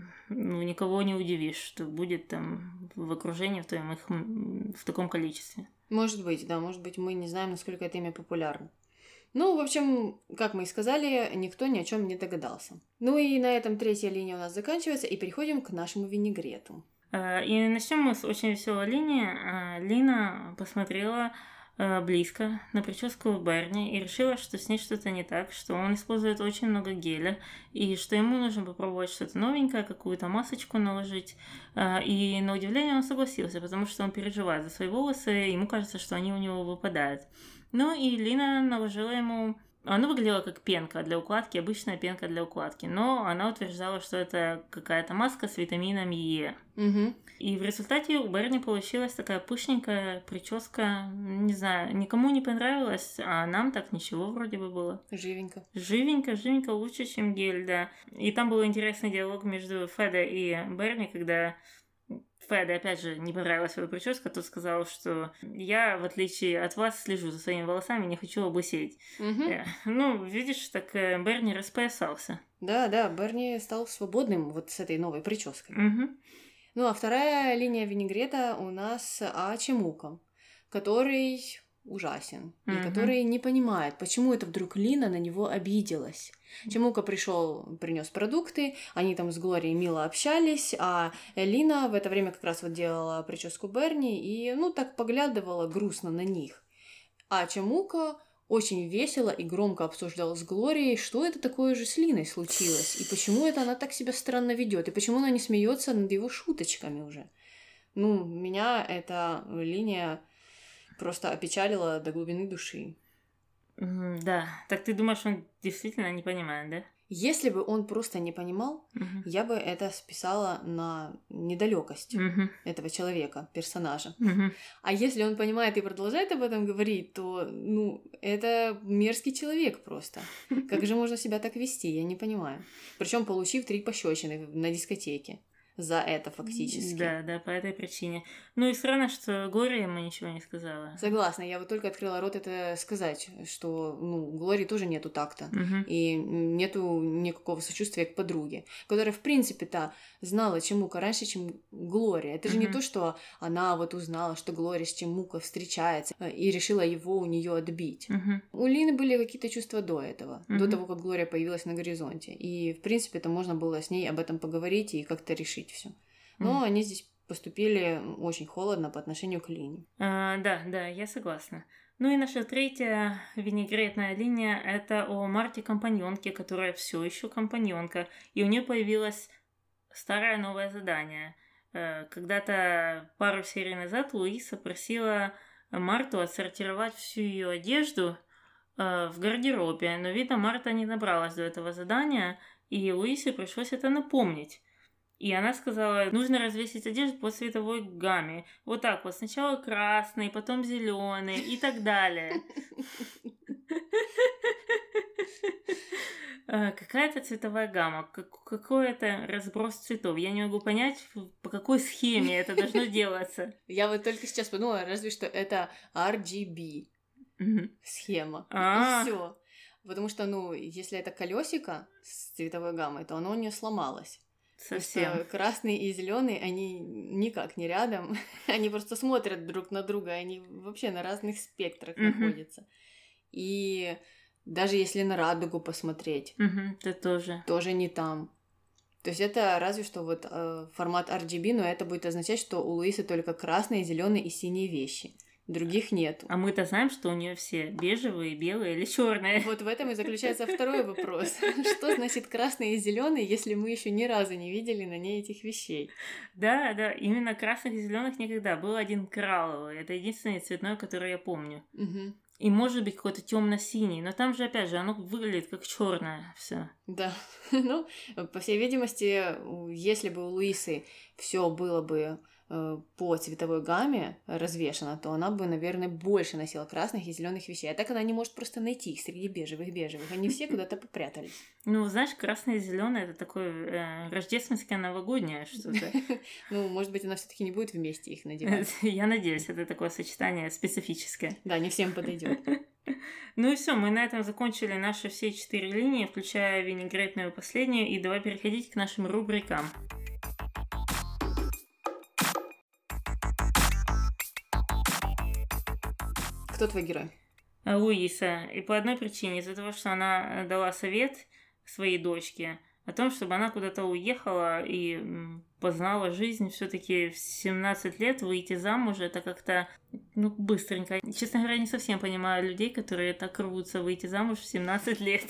никого не удивишь, что будет там в окружении в твоем их в таком количестве. Может быть, да, может быть, мы не знаем, насколько это имя популярно. Ну, в общем, как мы и сказали, никто ни о чем не догадался. Ну и на этом третья линия у нас заканчивается, и переходим к нашему винегрету. И начнем мы с очень веселой линии. Лина посмотрела близко на прическу Берни и решила, что с ней что-то не так, что он использует очень много геля, и что ему нужно попробовать что-то новенькое, какую-то масочку наложить. И на удивление он согласился, потому что он переживает за свои волосы, ему кажется, что они у него выпадают. Ну и Лина наложила ему... Она выглядела как пенка для укладки, обычная пенка для укладки, но она утверждала, что это какая-то маска с витамином Е. Угу. И в результате у Берни получилась такая пышненькая прическа, не знаю, никому не понравилась, а нам так ничего вроде бы было. Живенько. Живенько, лучше, чем гель, да. И там был интересный диалог между Феде и Берни, когда Феде, опять же, не понравилась свою прическу, тот сказал, что я, в отличие от вас, слежу за своими волосами, не хочу облысеть. Угу. Видишь, так Берни распоясался. Да, Берни стал свободным вот с этой новой прической. Угу. Ну, а вторая линия винегрета у нас о Чемука, который ужасен, и Мгм. который не понимает, почему это вдруг Лина на него обиделась. Чемука пришел, принес продукты, они там с Глорией мило общались, а Лина в это время как раз вот делала прическу Берни и, так поглядывала грустно на них. А Чемука очень весело и громко обсуждал с Глорией, что это такое же с Линой случилось, и почему это она так себя странно ведет, и почему она не смеется над его шуточками уже. Меня эта линия просто опечалило до глубины души. Да. Так ты думаешь, он действительно не понимает, да? Если бы он просто не понимал, я бы это списала на недалекость этого человека, персонажа. А если он понимает и продолжает об этом говорить, то, ну, это мерзкий человек просто. Как же можно себя так вести, я не понимаю. Причем получив 3 пощечины на дискотеке. За это фактически. Да, по этой причине. Ну и странно, что Глория ему ничего не сказала. Согласна, я вот только открыла рот это сказать, что, ну, Глории тоже нету такта. И нету никакого сочувствия к подруге, которая, в принципе-то, знала Чемука раньше, чем Глория. Это же не то, что она вот узнала, что Глория с Чемука встречается, и решила его у нее отбить. У Лины были какие-то чувства до этого, до того, как Глория появилась на горизонте. И, в принципе-то, можно было с ней об этом поговорить и как-то решить все. Но они здесь поступили очень холодно по отношению к Лине. Да, я согласна. Ну и наша третья винегретная линия — это о Марте-компаньонке, которая все еще компаньонка, и у нее появилось старое новое задание. Когда-то пару серий назад Луиса просила Марту отсортировать всю ее одежду в гардеробе, но, видно, Марта не добралась до этого задания, и Луисе пришлось это напомнить. И она сказала, нужно развесить одежду по цветовой гамме. Вот так вот. Сначала красный, потом зеленый и так далее. Какая-то цветовая гамма, какой-то разброс цветов. Я не могу понять, по какой схеме это должно делаться. Я вот только сейчас подумала, разве что это RGB схема. И все. Потому что, ну, если это колесико с цветовой гаммой, то оно у нее сломалось. Совсем. Красный и зеленый, они никак не рядом. Они просто смотрят друг на друга, они вообще на разных спектрах находятся. И даже если на радугу посмотреть, это тоже не там. То есть это разве что вот формат RGB, но это будет означать, что у Луисы только красные, зеленые и синие вещи. Других нет. А мы-то знаем, что у нее все бежевые, белые или черные. Вот в этом и заключается второй вопрос. Что значит красный и зеленый, если мы еще ни разу не видели на ней этих вещей? Да, именно красных и зеленых никогда. Был один коралловый. Это единственный цветной, который я помню. И может быть какой-то темно-синий, но там же опять же оно выглядит как черное все. Да, ну по всей видимости, если бы у Луисы все было бы по цветовой гамме развешена, то она бы, наверное, больше носила красных и зеленых вещей. А так она не может просто найти их среди бежевых. Они все куда-то попрятались. Ну, знаешь, красное и зеленое это такое рождественское новогоднее что-то. Ну, может быть, она все-таки не будет вместе их надевать. Я надеюсь, это такое сочетание специфическое. Да, не всем подойдет. Ну и все, мы на этом закончили наши все 4 линии, включая винегретную последнюю, и давай переходить к нашим рубрикам. Кто твой герой? Луиса. И по одной причине, из-за того, что она дала совет своей дочке о том, чтобы она куда-то уехала и познала жизнь. Все-таки в 17 лет выйти замуж, это как-то быстренько. Честно говоря, не совсем понимаю людей, которые так рвутся выйти замуж в 17 лет.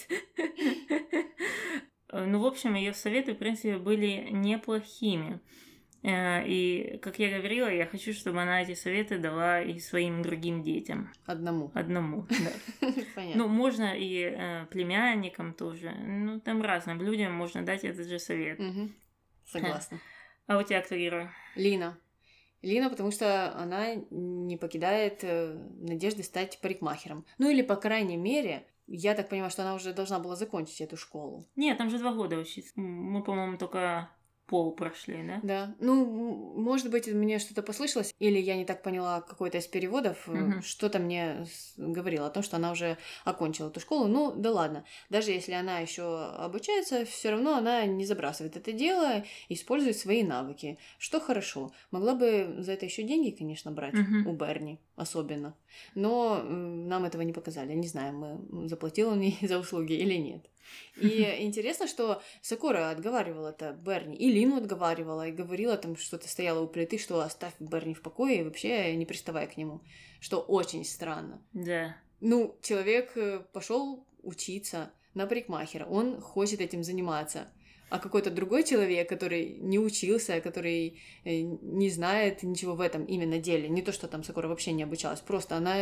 Ну, в общем, ее советы, в принципе, были неплохими. И, как я говорила, я хочу, чтобы она эти советы дала и своим другим детям. Одному, да. Понятно. Ну, можно и племянникам тоже. Ну, там разным людям можно дать этот же совет. Согласна. А у тебя кто герой? Лина, потому что она не покидает надежды стать парикмахером. Ну, или, по крайней мере, я так понимаю, что она уже должна была закончить эту школу. Нет, там же 2 года учиться. Мы, по-моему, только пол прошли, да? Да. Ну, может быть, мне что-то послышалось, или я не так поняла какой-то из переводов, что-то мне говорило о том, что она уже окончила эту школу. Ну, да ладно. Даже если она еще обучается, все равно она не забрасывает это дело, использует свои навыки, что хорошо. Могла бы за это еще деньги, конечно, брать у Берни, особенно. Но нам этого не показали. Не знаю, мы заплатил он ей за услуги или нет. И интересно, что Сакура отговаривала-то Берни, и Лину отговаривала, и говорила там, что-то стояла у плиты, что оставь Берни в покое и вообще не приставай к нему, что очень странно. Да. Ну, человек пошел учиться на парикмахера, он хочет этим заниматься. А какой-то другой человек, который не учился, который не знает ничего в этом именно деле, не то, что там Сакура вообще не обучалась, просто она,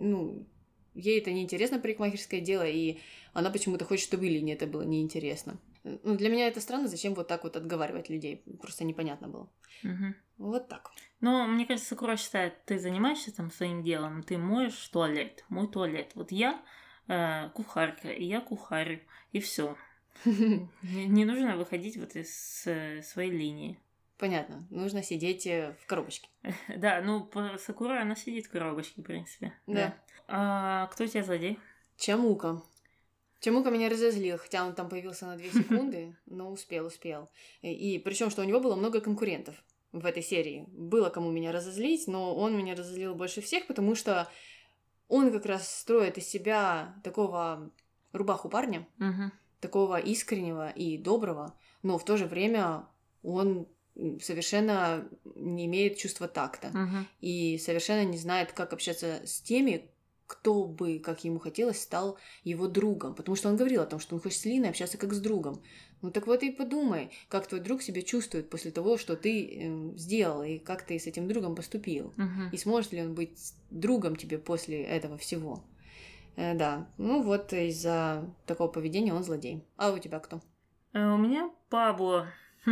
ей это неинтересно, парикмахерское дело, и она почему-то хочет, чтобы Лине это было неинтересно. Ну, для меня это странно, зачем вот так вот отговаривать людей, просто непонятно было. Угу. Вот так. Но мне кажется, Сакура считает, ты занимаешься там своим делом, ты моешь туалет, мой туалет. Вот я кухарка, и я кухарю, и все. Не нужно выходить вот из своей линии. Понятно, нужно сидеть в коробочке. Да, Сакура, она сидит в коробочке, в принципе. Да. А кто у тебя злодей? Чамука. Чамука меня разозлил, хотя он там появился на 2 секунды, но успел. И причем, что у него было много конкурентов в этой серии. Было кому меня разозлить, но он меня разозлил больше всех, потому что он как раз строит из себя такого рубаху парня, такого искреннего и доброго, но в то же время он совершенно не имеет чувства такта и совершенно не знает, как общаться с теми, кто бы, как ему хотелось, стал его другом. Потому что он говорил о том, что он хочет с Линой общаться как с другом. Ну так вот и подумай, как твой друг себя чувствует после того, что ты сделал, и как ты с этим другом поступил. И сможет ли он быть другом тебе после этого всего. Да, ну вот из-за такого поведения он злодей. А у тебя кто? У меня Пабло.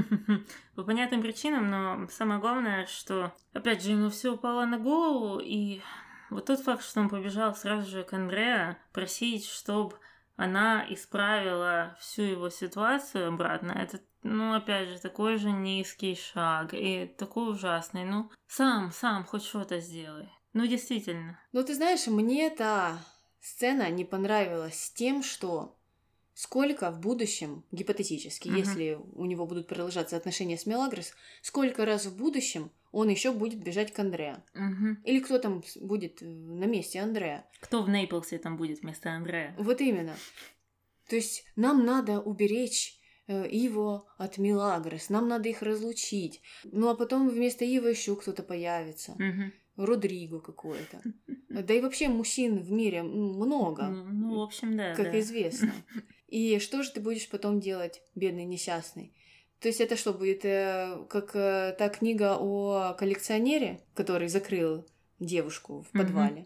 По понятным причинам, но самое главное, что, опять же, ему все упало на голову, и вот тот факт, что он побежал сразу же к Андреа просить, чтобы она исправила всю его ситуацию обратно, это, опять же, такой же низкий шаг и такой ужасный. Сам хоть что-то сделай. Действительно. Ты знаешь, мне эта сцена не понравилась тем, что сколько в будущем, гипотетически, если у него будут продолжаться отношения с Мелагрос, сколько раз в будущем он еще будет бежать к Андреа. Или кто там будет на месте Андреа. Кто в Нейплсе там будет вместо Андреа. Вот именно. То есть нам надо уберечь Иво от Мелагрос, нам надо их разлучить. А потом вместо Иво еще кто-то появится. Родриго какой-то. Да и вообще мужчин в мире много. В общем, да. Как известно. И что же ты будешь потом делать, бедный несчастный? То есть это что, будет как та книга о коллекционере, который закрыл девушку в подвале?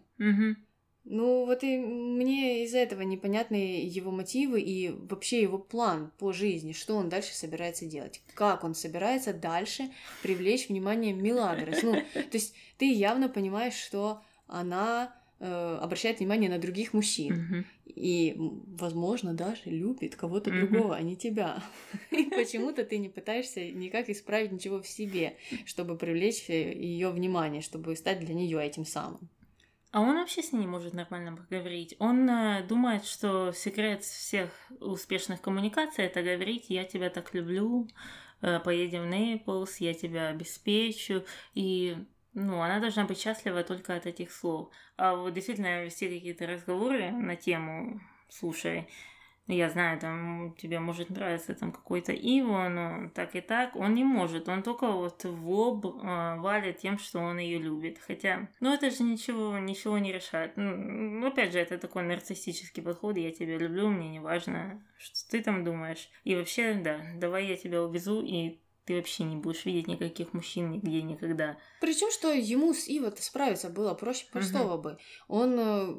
Вот и мне из-за этого непонятны его мотивы и вообще его план по жизни, что он дальше собирается делать, как он собирается дальше привлечь внимание Мелагрос. То есть ты явно понимаешь, что она обращает внимание на других мужчин и, возможно, даже любит кого-то другого, а не тебя. И почему-то ты не пытаешься никак исправить ничего в себе, чтобы привлечь ее внимание, чтобы стать для нее этим самым. А он вообще с ней не может нормально поговорить. Он думает, что секрет всех успешных коммуникаций — это говорить: «Я тебя так люблю, поедем в Нейплс, я тебя обеспечу». И она должна быть счастлива только от этих слов. А вот действительно вести какие-то разговоры на тему: «Слушай, я знаю, там тебе может нравиться там какой-то Иво, но так и так», он не может. Он только вот в лоб валит тем, что он ее любит. Хотя, это же ничего не решает. Опять же, это такой нарциссический подход: «Я тебя люблю, мне не важно, что ты там думаешь. И вообще, да, давай я тебя увезу, и ты вообще не будешь видеть никаких мужчин нигде никогда». Причем, что ему с Иво-то справиться было проще простого бы. Он,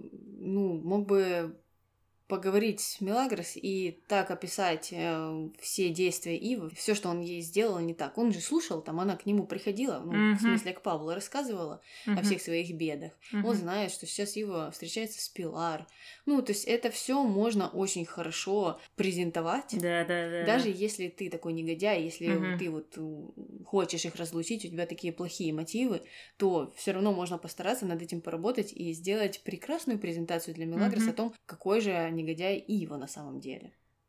мог бы поговорить с Мелагрос и так описать все действия Ивы, все, что он ей сделал не так. Он же слушал, там она к нему приходила, в смысле к Пабло, рассказывала о всех своих бедах. Он знает, что сейчас Ива встречается с Пилар. То есть это все можно очень хорошо презентовать. Да. Даже если ты такой негодяй, если ты вот хочешь их разлучить, у тебя такие плохие мотивы, то все равно можно постараться над этим поработать и сделать прекрасную презентацию для Мелагрос о том, какой же негодяй Иво на самом деле.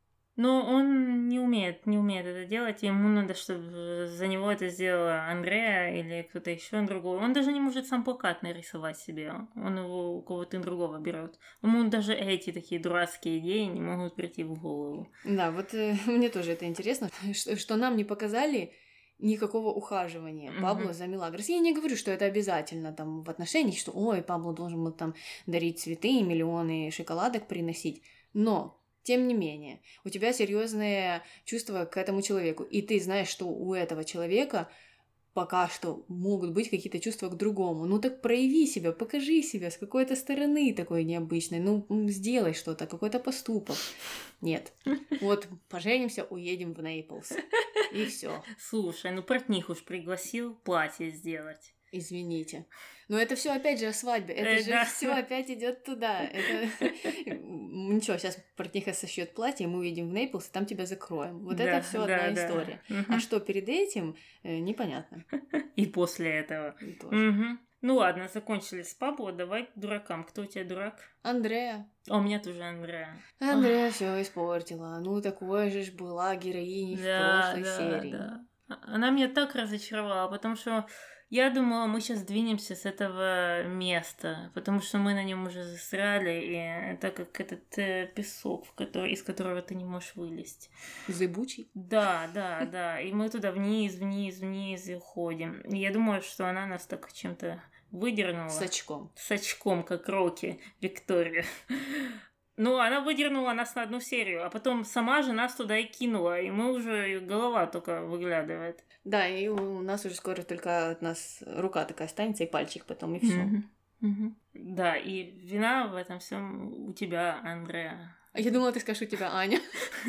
Но он не умеет это делать, и ему надо, чтобы за него это сделала Андреа или кто-то еще другой. Он даже не может сам плакат нарисовать себе, он его у кого-то другого берет. Ему даже эти такие дурацкие идеи не могут прийти в голову. Да, вот мне тоже это интересно, что нам не показали никакого ухаживания Пабло за Мелагрос. Я не говорю, что это обязательно там в отношениях, что Пабло должен был там дарить цветы, миллионы шоколадок приносить, но тем не менее, у тебя серьезные чувства к этому человеку, и ты знаешь, что у этого человека пока что могут быть какие-то чувства к другому. Ну так прояви себя, покажи себя с какой-то стороны такой необычной. Ну, сделай что-то, какой-то поступок. Нет. Вот поженимся, уедем в Нейплс. И все. Слушай, ну портних уж пригласил платье сделать. Извините. Но это все опять же о свадьбе. Это же Да. все опять идет туда. Ничего, сейчас портниха сошьет платье, и мы уедем в Нейплс, и там тебя закроем. Вот это все одна история. А что перед этим, непонятно. И после этого. Тоже. Ну ладно, закончили с Пабло, давай к дуракам. Кто у тебя дурак? Андреа. А у меня тоже Андреа. Андреа все испортила. Ну, такой же ж была героиней в прошлой серии. Да. Она меня так разочаровала, потому что я думала, мы сейчас двинемся с этого места, потому что мы на нем уже застряли, и это как этот песок, из которого ты не можешь вылезть. Зыбучий? Да. И мы туда вниз и уходим. И я думаю, что она нас так чем-то выдернула. С очком. С очком, как Рокки, Виктория. Ну, она выдернула нас на одну серию, а потом сама же нас туда и кинула, и мы уже, голова только выглядывает. Да, и у нас уже скоро только от нас рука такая останется, и пальчик потом, и все. Да, и вина в этом всем у тебя, Андреа. Я думала, ты скажешь, у тебя Аня.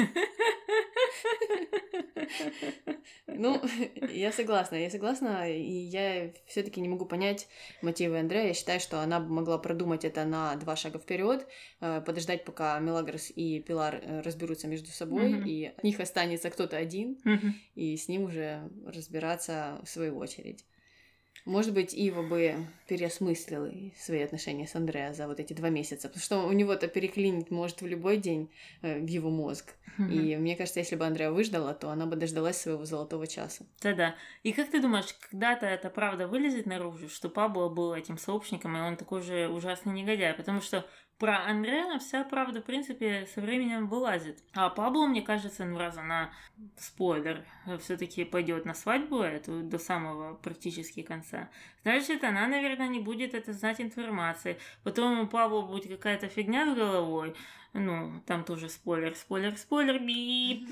Ну, я согласна, и я все-таки не могу понять мотивы Андрея. Я считаю, что она бы могла продумать это на 2 шага вперед, подождать, пока Мелагрос и Пилар разберутся между собой, и от них останется кто-то один, и с ним уже разбираться в свою очередь. Может быть, Ива бы переосмыслила свои отношения с Андреа за вот эти 2 месяца, потому что у него-то переклинить может в любой день в его мозг. И мне кажется, если бы Андреа выждала, то она бы дождалась своего золотого часа. Да. И как ты думаешь, когда-то это правда вылезет наружу, что Пабло был этим сообщником, и он такой же ужасный негодяй? Потому что про Андреа вся правда, в принципе, со временем вылазит. А Пабло, мне кажется, раз она, спойлер, все-таки пойдет на свадьбу эту до самого практически конца, значит, она, наверное, не будет это знать информации. Потом у Пабло будет какая-то фигня с головой. Ну, там тоже спойлер, бип.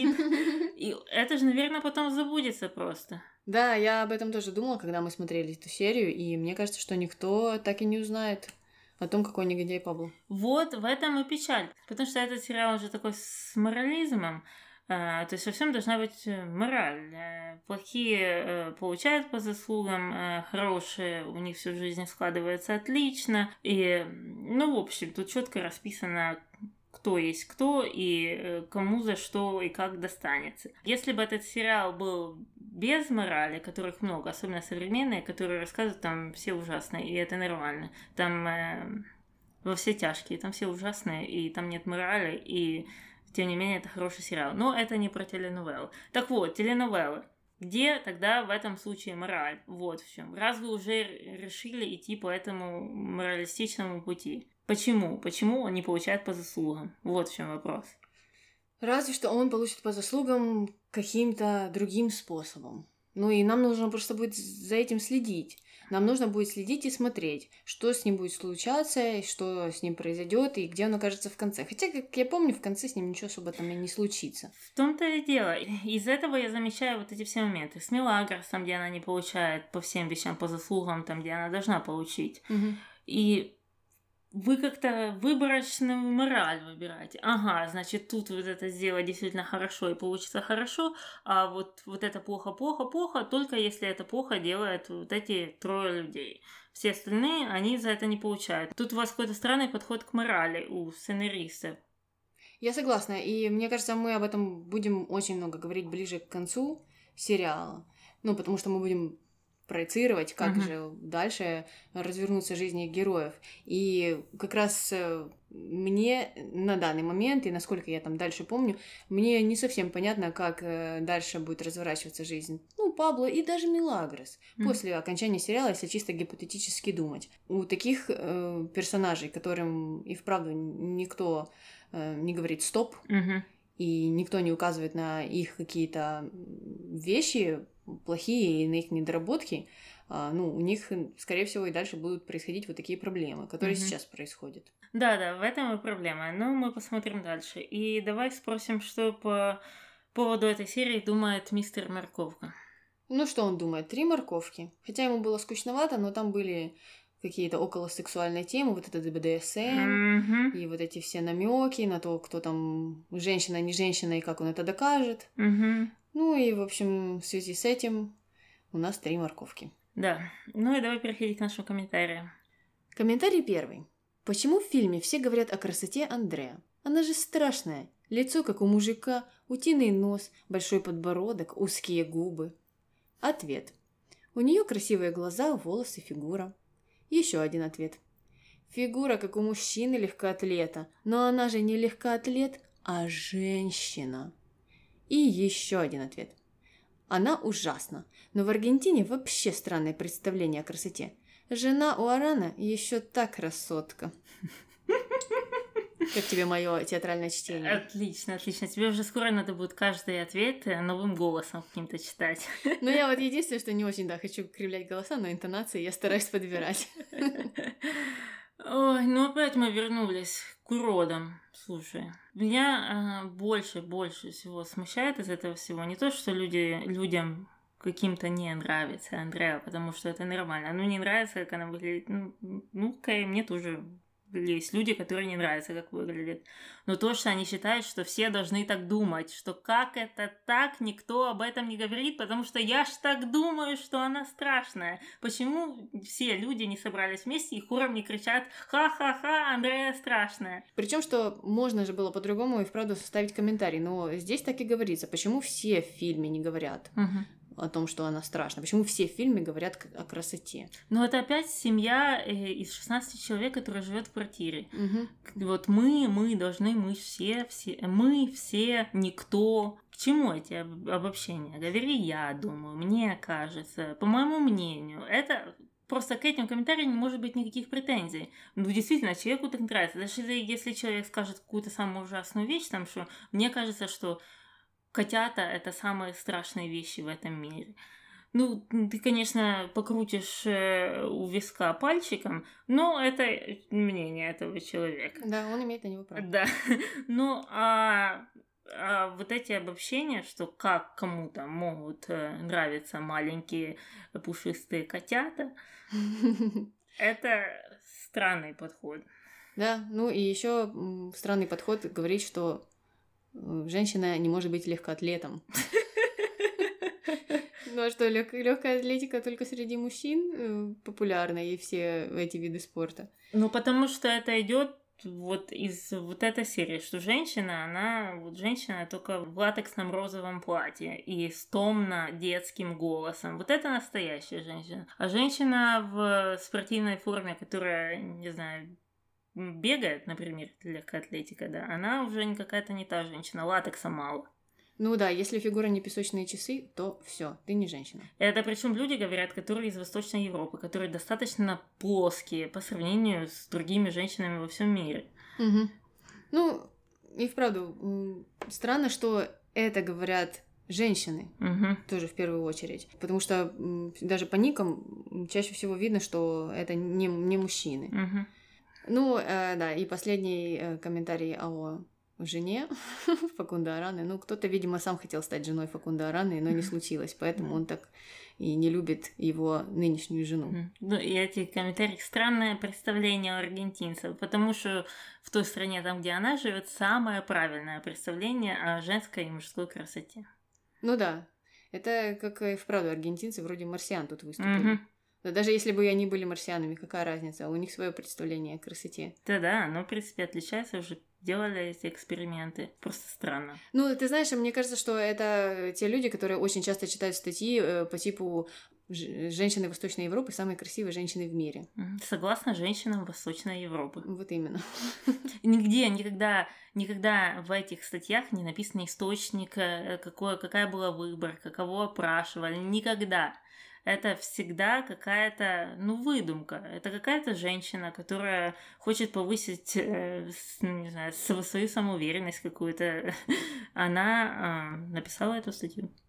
И это же, наверное, потом забудется просто. Да, я об этом тоже думала, когда мы смотрели эту серию, и мне кажется, что никто так и не узнает о том, какой негодяй Пабло. Вот в этом и печаль. Потому что этот сериал уже такой с морализмом. То есть во всем должна быть мораль. Плохие получают по заслугам, хорошие у них всю жизнь складывается отлично. И, ну, в общем, тут четко расписано, кто есть кто и кому за что и как достанется. Если бы этот сериал был без морали, которых много, особенно современные, которые рассказывают, там все ужасные, и это нормально. Там во все тяжкие, там все ужасные, и там нет морали, и тем не менее это хороший сериал. Но это не про теленовеллы. Так вот, теленовеллы. Где тогда в этом случае мораль? Вот в чем. Раз вы уже решили идти по этому моралистичному пути. Почему? Почему он не получает по заслугам? Вот в чем вопрос. Разве что он получит по заслугам каким-то другим способом. Ну и нам нужно просто будет за этим следить. Нам нужно будет следить и смотреть, что с ним будет случаться, что с ним произойдет и где он окажется в конце. Хотя, как я помню, в конце с ним ничего особо там и не случится. В том-то и дело. Из этого я замечаю вот эти все моменты. С Мелагрос, где она не получает по всем вещам по заслугам, там, где она должна получить. И вы как-то выборочную мораль выбираете. Ага, значит, тут вот это сделать действительно хорошо и получится хорошо, а вот это плохо, только если это плохо делают вот эти 3 людей. Все остальные, они за это не получают. Тут у вас какой-то странный подход к морали у сценаристов. Я согласна, и мне кажется, мы об этом будем очень много говорить ближе к концу сериала. Ну, потому что мы будем проецировать, как же дальше развернутся жизни героев. И как раз мне на данный момент, и насколько я там дальше помню, мне не совсем понятно, как дальше будет разворачиваться жизнь. Ну, Пабло и даже Мелагрос. После окончания сериала, если чисто гипотетически думать. У таких персонажей, которым и вправду никто не говорит «стоп», и никто не указывает на их какие-то вещи плохие и на их недоработки, у них, скорее всего, и дальше будут происходить вот такие проблемы, которые сейчас происходят. Да, в этом и проблема. Но мы посмотрим дальше. И давай спросим, что по поводу этой серии думает мистер Морковка. Ну, что он думает? 3 морковки. Хотя ему было скучновато, но там были какие-то околосексуальные темы, вот этот БДСМ, и вот эти все намеки на то, кто там женщина, не женщина, и как он это докажет. Ну и, в общем, в связи с этим у нас 3 морковки. Да. Ну и давай переходить к нашим комментариям. Комментарий первый. Почему в фильме все говорят о красоте Андреа? Она же страшная. Лицо, как у мужика, утиный нос, большой подбородок, узкие губы. Ответ. У нее красивые глаза, волосы, фигура. Еще один ответ. Фигура, как у мужчины, легкоатлета. Но она же не легкоатлет, а женщина. И еще один ответ. Она ужасна, но в Аргентине вообще странное представление о красоте. Жена у Арана еще та красотка. Как тебе мое театральное чтение? Отлично. Тебе уже скоро надо будет каждый ответ новым голосом каким-то читать. Ну, я вот единственное, что не очень, хочу кривлять голоса, но интонации я стараюсь подбирать. Ой, опять мы вернулись к уродам. Слушай, меня больше всего смущает из этого всего не то, что людям каким-то не нравится Андреа, потому что это нормально. Не нравится, как она выглядит. Мне тоже есть люди, которые не нравятся, как выглядит. Но то, что они считают, что все должны так думать, что как это так, никто об этом не говорит, потому что я ж так думаю, что она страшная. Почему все люди не собрались вместе и хором не кричат «Ха-ха-ха, Андреа страшная». Причем, что можно же было по-другому и вправду составить комментарий, но здесь так и говорится. Почему все в фильме не говорят о том, что она страшна? Почему все в фильме говорят о красоте? Это опять семья из 16 человек, которая живет в квартире. Вот мы должны, мы все, никто. К чему эти обобщения? Говори, я думаю, мне кажется, по моему мнению. Это просто к этим комментариям не может быть никаких претензий. Действительно, человеку так нравится. Даже если человек скажет какую-то самую ужасную вещь, там, что мне кажется, что котята – это самые страшные вещи в этом мире. Ты, конечно, покрутишь у виска пальчиком, но это мнение этого человека. Да, он имеет на него право. Да. Вот эти обобщения, что как кому-то могут нравиться маленькие пушистые котята, это странный подход. Да, и еще странный подход говорит, что женщина не может быть легкоатлетом. Ну а что, легкая атлетика только среди мужчин популярна, и все эти виды спорта? Потому что это идет из этой серии, что женщина только в латексном розовом платье и с томно-детским голосом. Вот это настоящая женщина. А женщина в спортивной форме, которая, не знаю, бегает, например, легкоатлетика, да, она уже какая-то не та женщина, латекса мало. Да, если фигура не песочные часы, то все, ты не женщина. Это причем люди говорят, которые из Восточной Европы, которые достаточно плоские по сравнению с другими женщинами во всем мире. И вправду, странно, что это говорят женщины, тоже в первую очередь. Потому что даже по никам чаще всего видно, что это не мужчины. Да, и последний комментарий о жене Факунда Араны. Кто-то, видимо, сам хотел стать женой Факунда Араны, но не случилось, поэтому он так и не любит его нынешнюю жену. И эти комментарии — странное представление у аргентинцев, потому что в той стране, там, где она живет, самое правильное представление о женской и мужской красоте. Да, это как и вправду аргентинцы вроде марсиан тут выступили. Да, даже если бы они были марсианами, какая разница? У них свое представление о красоте. Да, оно, в принципе, отличается, уже делали эти эксперименты. Просто странно. Ты знаешь, мне кажется, что это те люди, которые очень часто читают статьи по типу «Женщины Восточной Европы самые красивые женщины в мире». Согласно женщинам Восточной Европы. Вот именно. Нигде, никогда в этих статьях не написан источник, какая была выборка, кого опрашивали. Никогда. Это всегда какая-то, выдумка. Это какая-то женщина, которая хочет повысить, не знаю, свою самоуверенность какую-то. Она написала эту статью.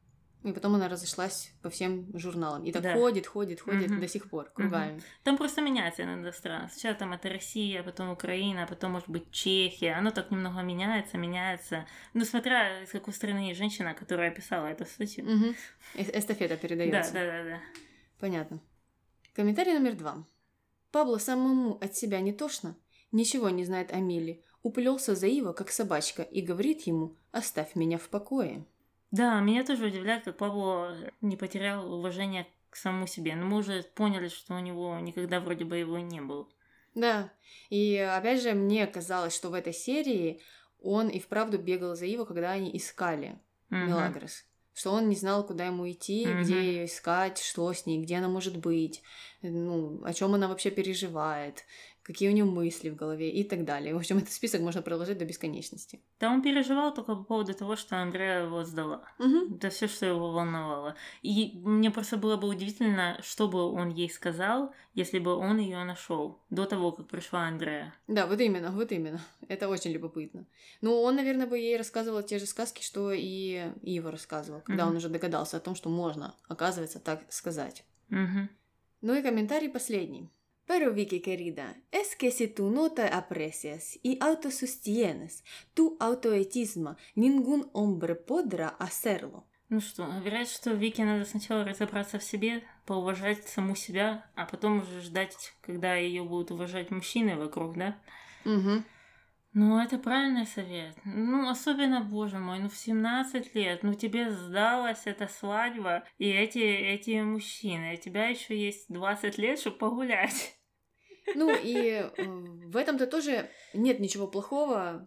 И потом она разошлась по всем журналам. И так Да. ходит до сих пор кругами. Там просто меняется иногда страна. Сначала там это Россия, потом Украина, потом, может быть, Чехия. Оно так немного меняется. Ну, смотря из какой страны женщина, которая писала эту статью. Мгм. Эстафета передается. Да. Понятно. Комментарий номер 2. Пабло самому от себя не тошно, ничего не знает о Миле, уплелся за Иво, как собачка, и говорит ему «оставь меня в покое». Да, меня тоже удивляет, как Пабло не потерял уважение к самому себе. Но мы уже поняли, что у него никогда вроде бы его и не было. Да, и опять же мне казалось, что в этой серии он и вправду бегал за Иво, когда они искали Мелагрос. Что он не знал, куда ему идти, где ее искать, что с ней, где она может быть, ну, о чем она вообще переживает, какие у нее мысли в голове и так далее. В общем, этот список можно продолжать до бесконечности. Да он переживал только по поводу того, что Андреа его сдала. Угу. Это все, что его волновало. И мне просто было бы удивительно, что бы он ей сказал, если бы он ее нашел до того, как пришла Андреа. Да, вот именно. Это очень любопытно. Ну, он, наверное, бы ей рассказывал те же сказки, что и Иво рассказывал, когда он уже догадался о том, что можно, оказывается, так сказать. Ну и комментарий последний. Pero Vicky querida, es que si tú no te aprecias y autosostienes tu autoetismo, ningún hombre podrá hacerlo. Ну что, говорят, что Вике надо сначала разобраться в себе, поуважать саму себя, а потом уже ждать, когда ее будут уважать мужчины вокруг, да? Угу. Ну, это правильный совет. Ну, особенно, боже мой, в 17 лет, тебе сдалась эта свадьба и эти мужчины, у тебя еще есть 20 лет, чтобы погулять. Ну, и в этом-то тоже нет ничего плохого.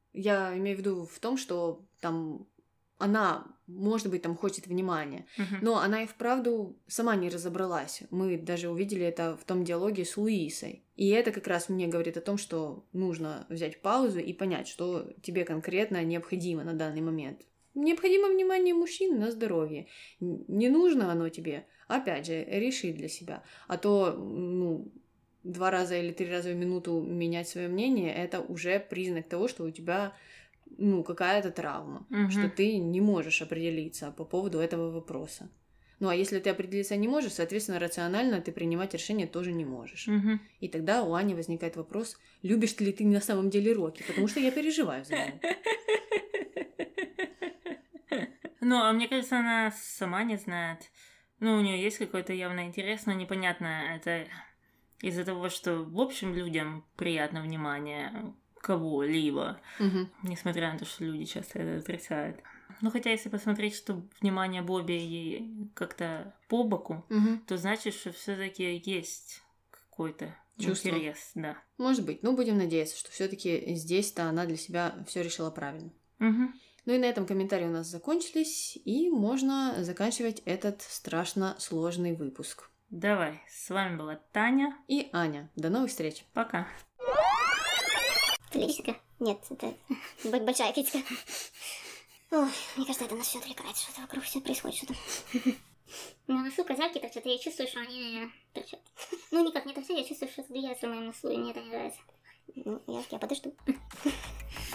Я имею в виду в том, что там она, может быть, там хочет внимания, но она и вправду сама не разобралась. Мы даже увидели это в том диалоге с Луисой. И это как раз мне говорит о том, что нужно взять паузу и понять, что тебе конкретно необходимо на данный момент. Необходимо внимание мужчин на здоровье. Не нужно оно тебе, опять же, реши для себя. А то, 2 раза или 3 раза в минуту менять свое мнение, это уже признак того, что у тебя какая-то травма, что ты не можешь определиться по поводу этого вопроса. Ну, а если ты определиться не можешь, соответственно, рационально ты принимать решение тоже не можешь. И тогда у Ани возникает вопрос, любишь ли ты на самом деле Рокки, потому что я переживаю за него. Ну, а мне кажется, она сама не знает. У нее есть какой-то явно интерес, но непонятно, это из-за того, что, в общем, людям приятно внимание кого-либо, несмотря на то, что люди часто это отрицают. Хотя если посмотреть, что внимание Бобби ей как-то по боку, то значит, что все-таки есть какой-то чувство. Интерес, да. Может быть, будем надеяться, что все-таки здесь-то она для себя все решила правильно. Ну и на этом комментарии у нас закончились, и можно заканчивать этот страшно сложный выпуск. Давай, с вами была Таня и Аня. До новых встреч. Пока. Критика? Нет, это большая критика. Ой, мне кажется, это нас все отвлекает, что-то вокруг все происходит, что-то. На носу козявки торчат, и я чувствую, что они торчат. Никак не торчат, я чувствую, что это я на моем носу, и мне это не нравится. Я подожду.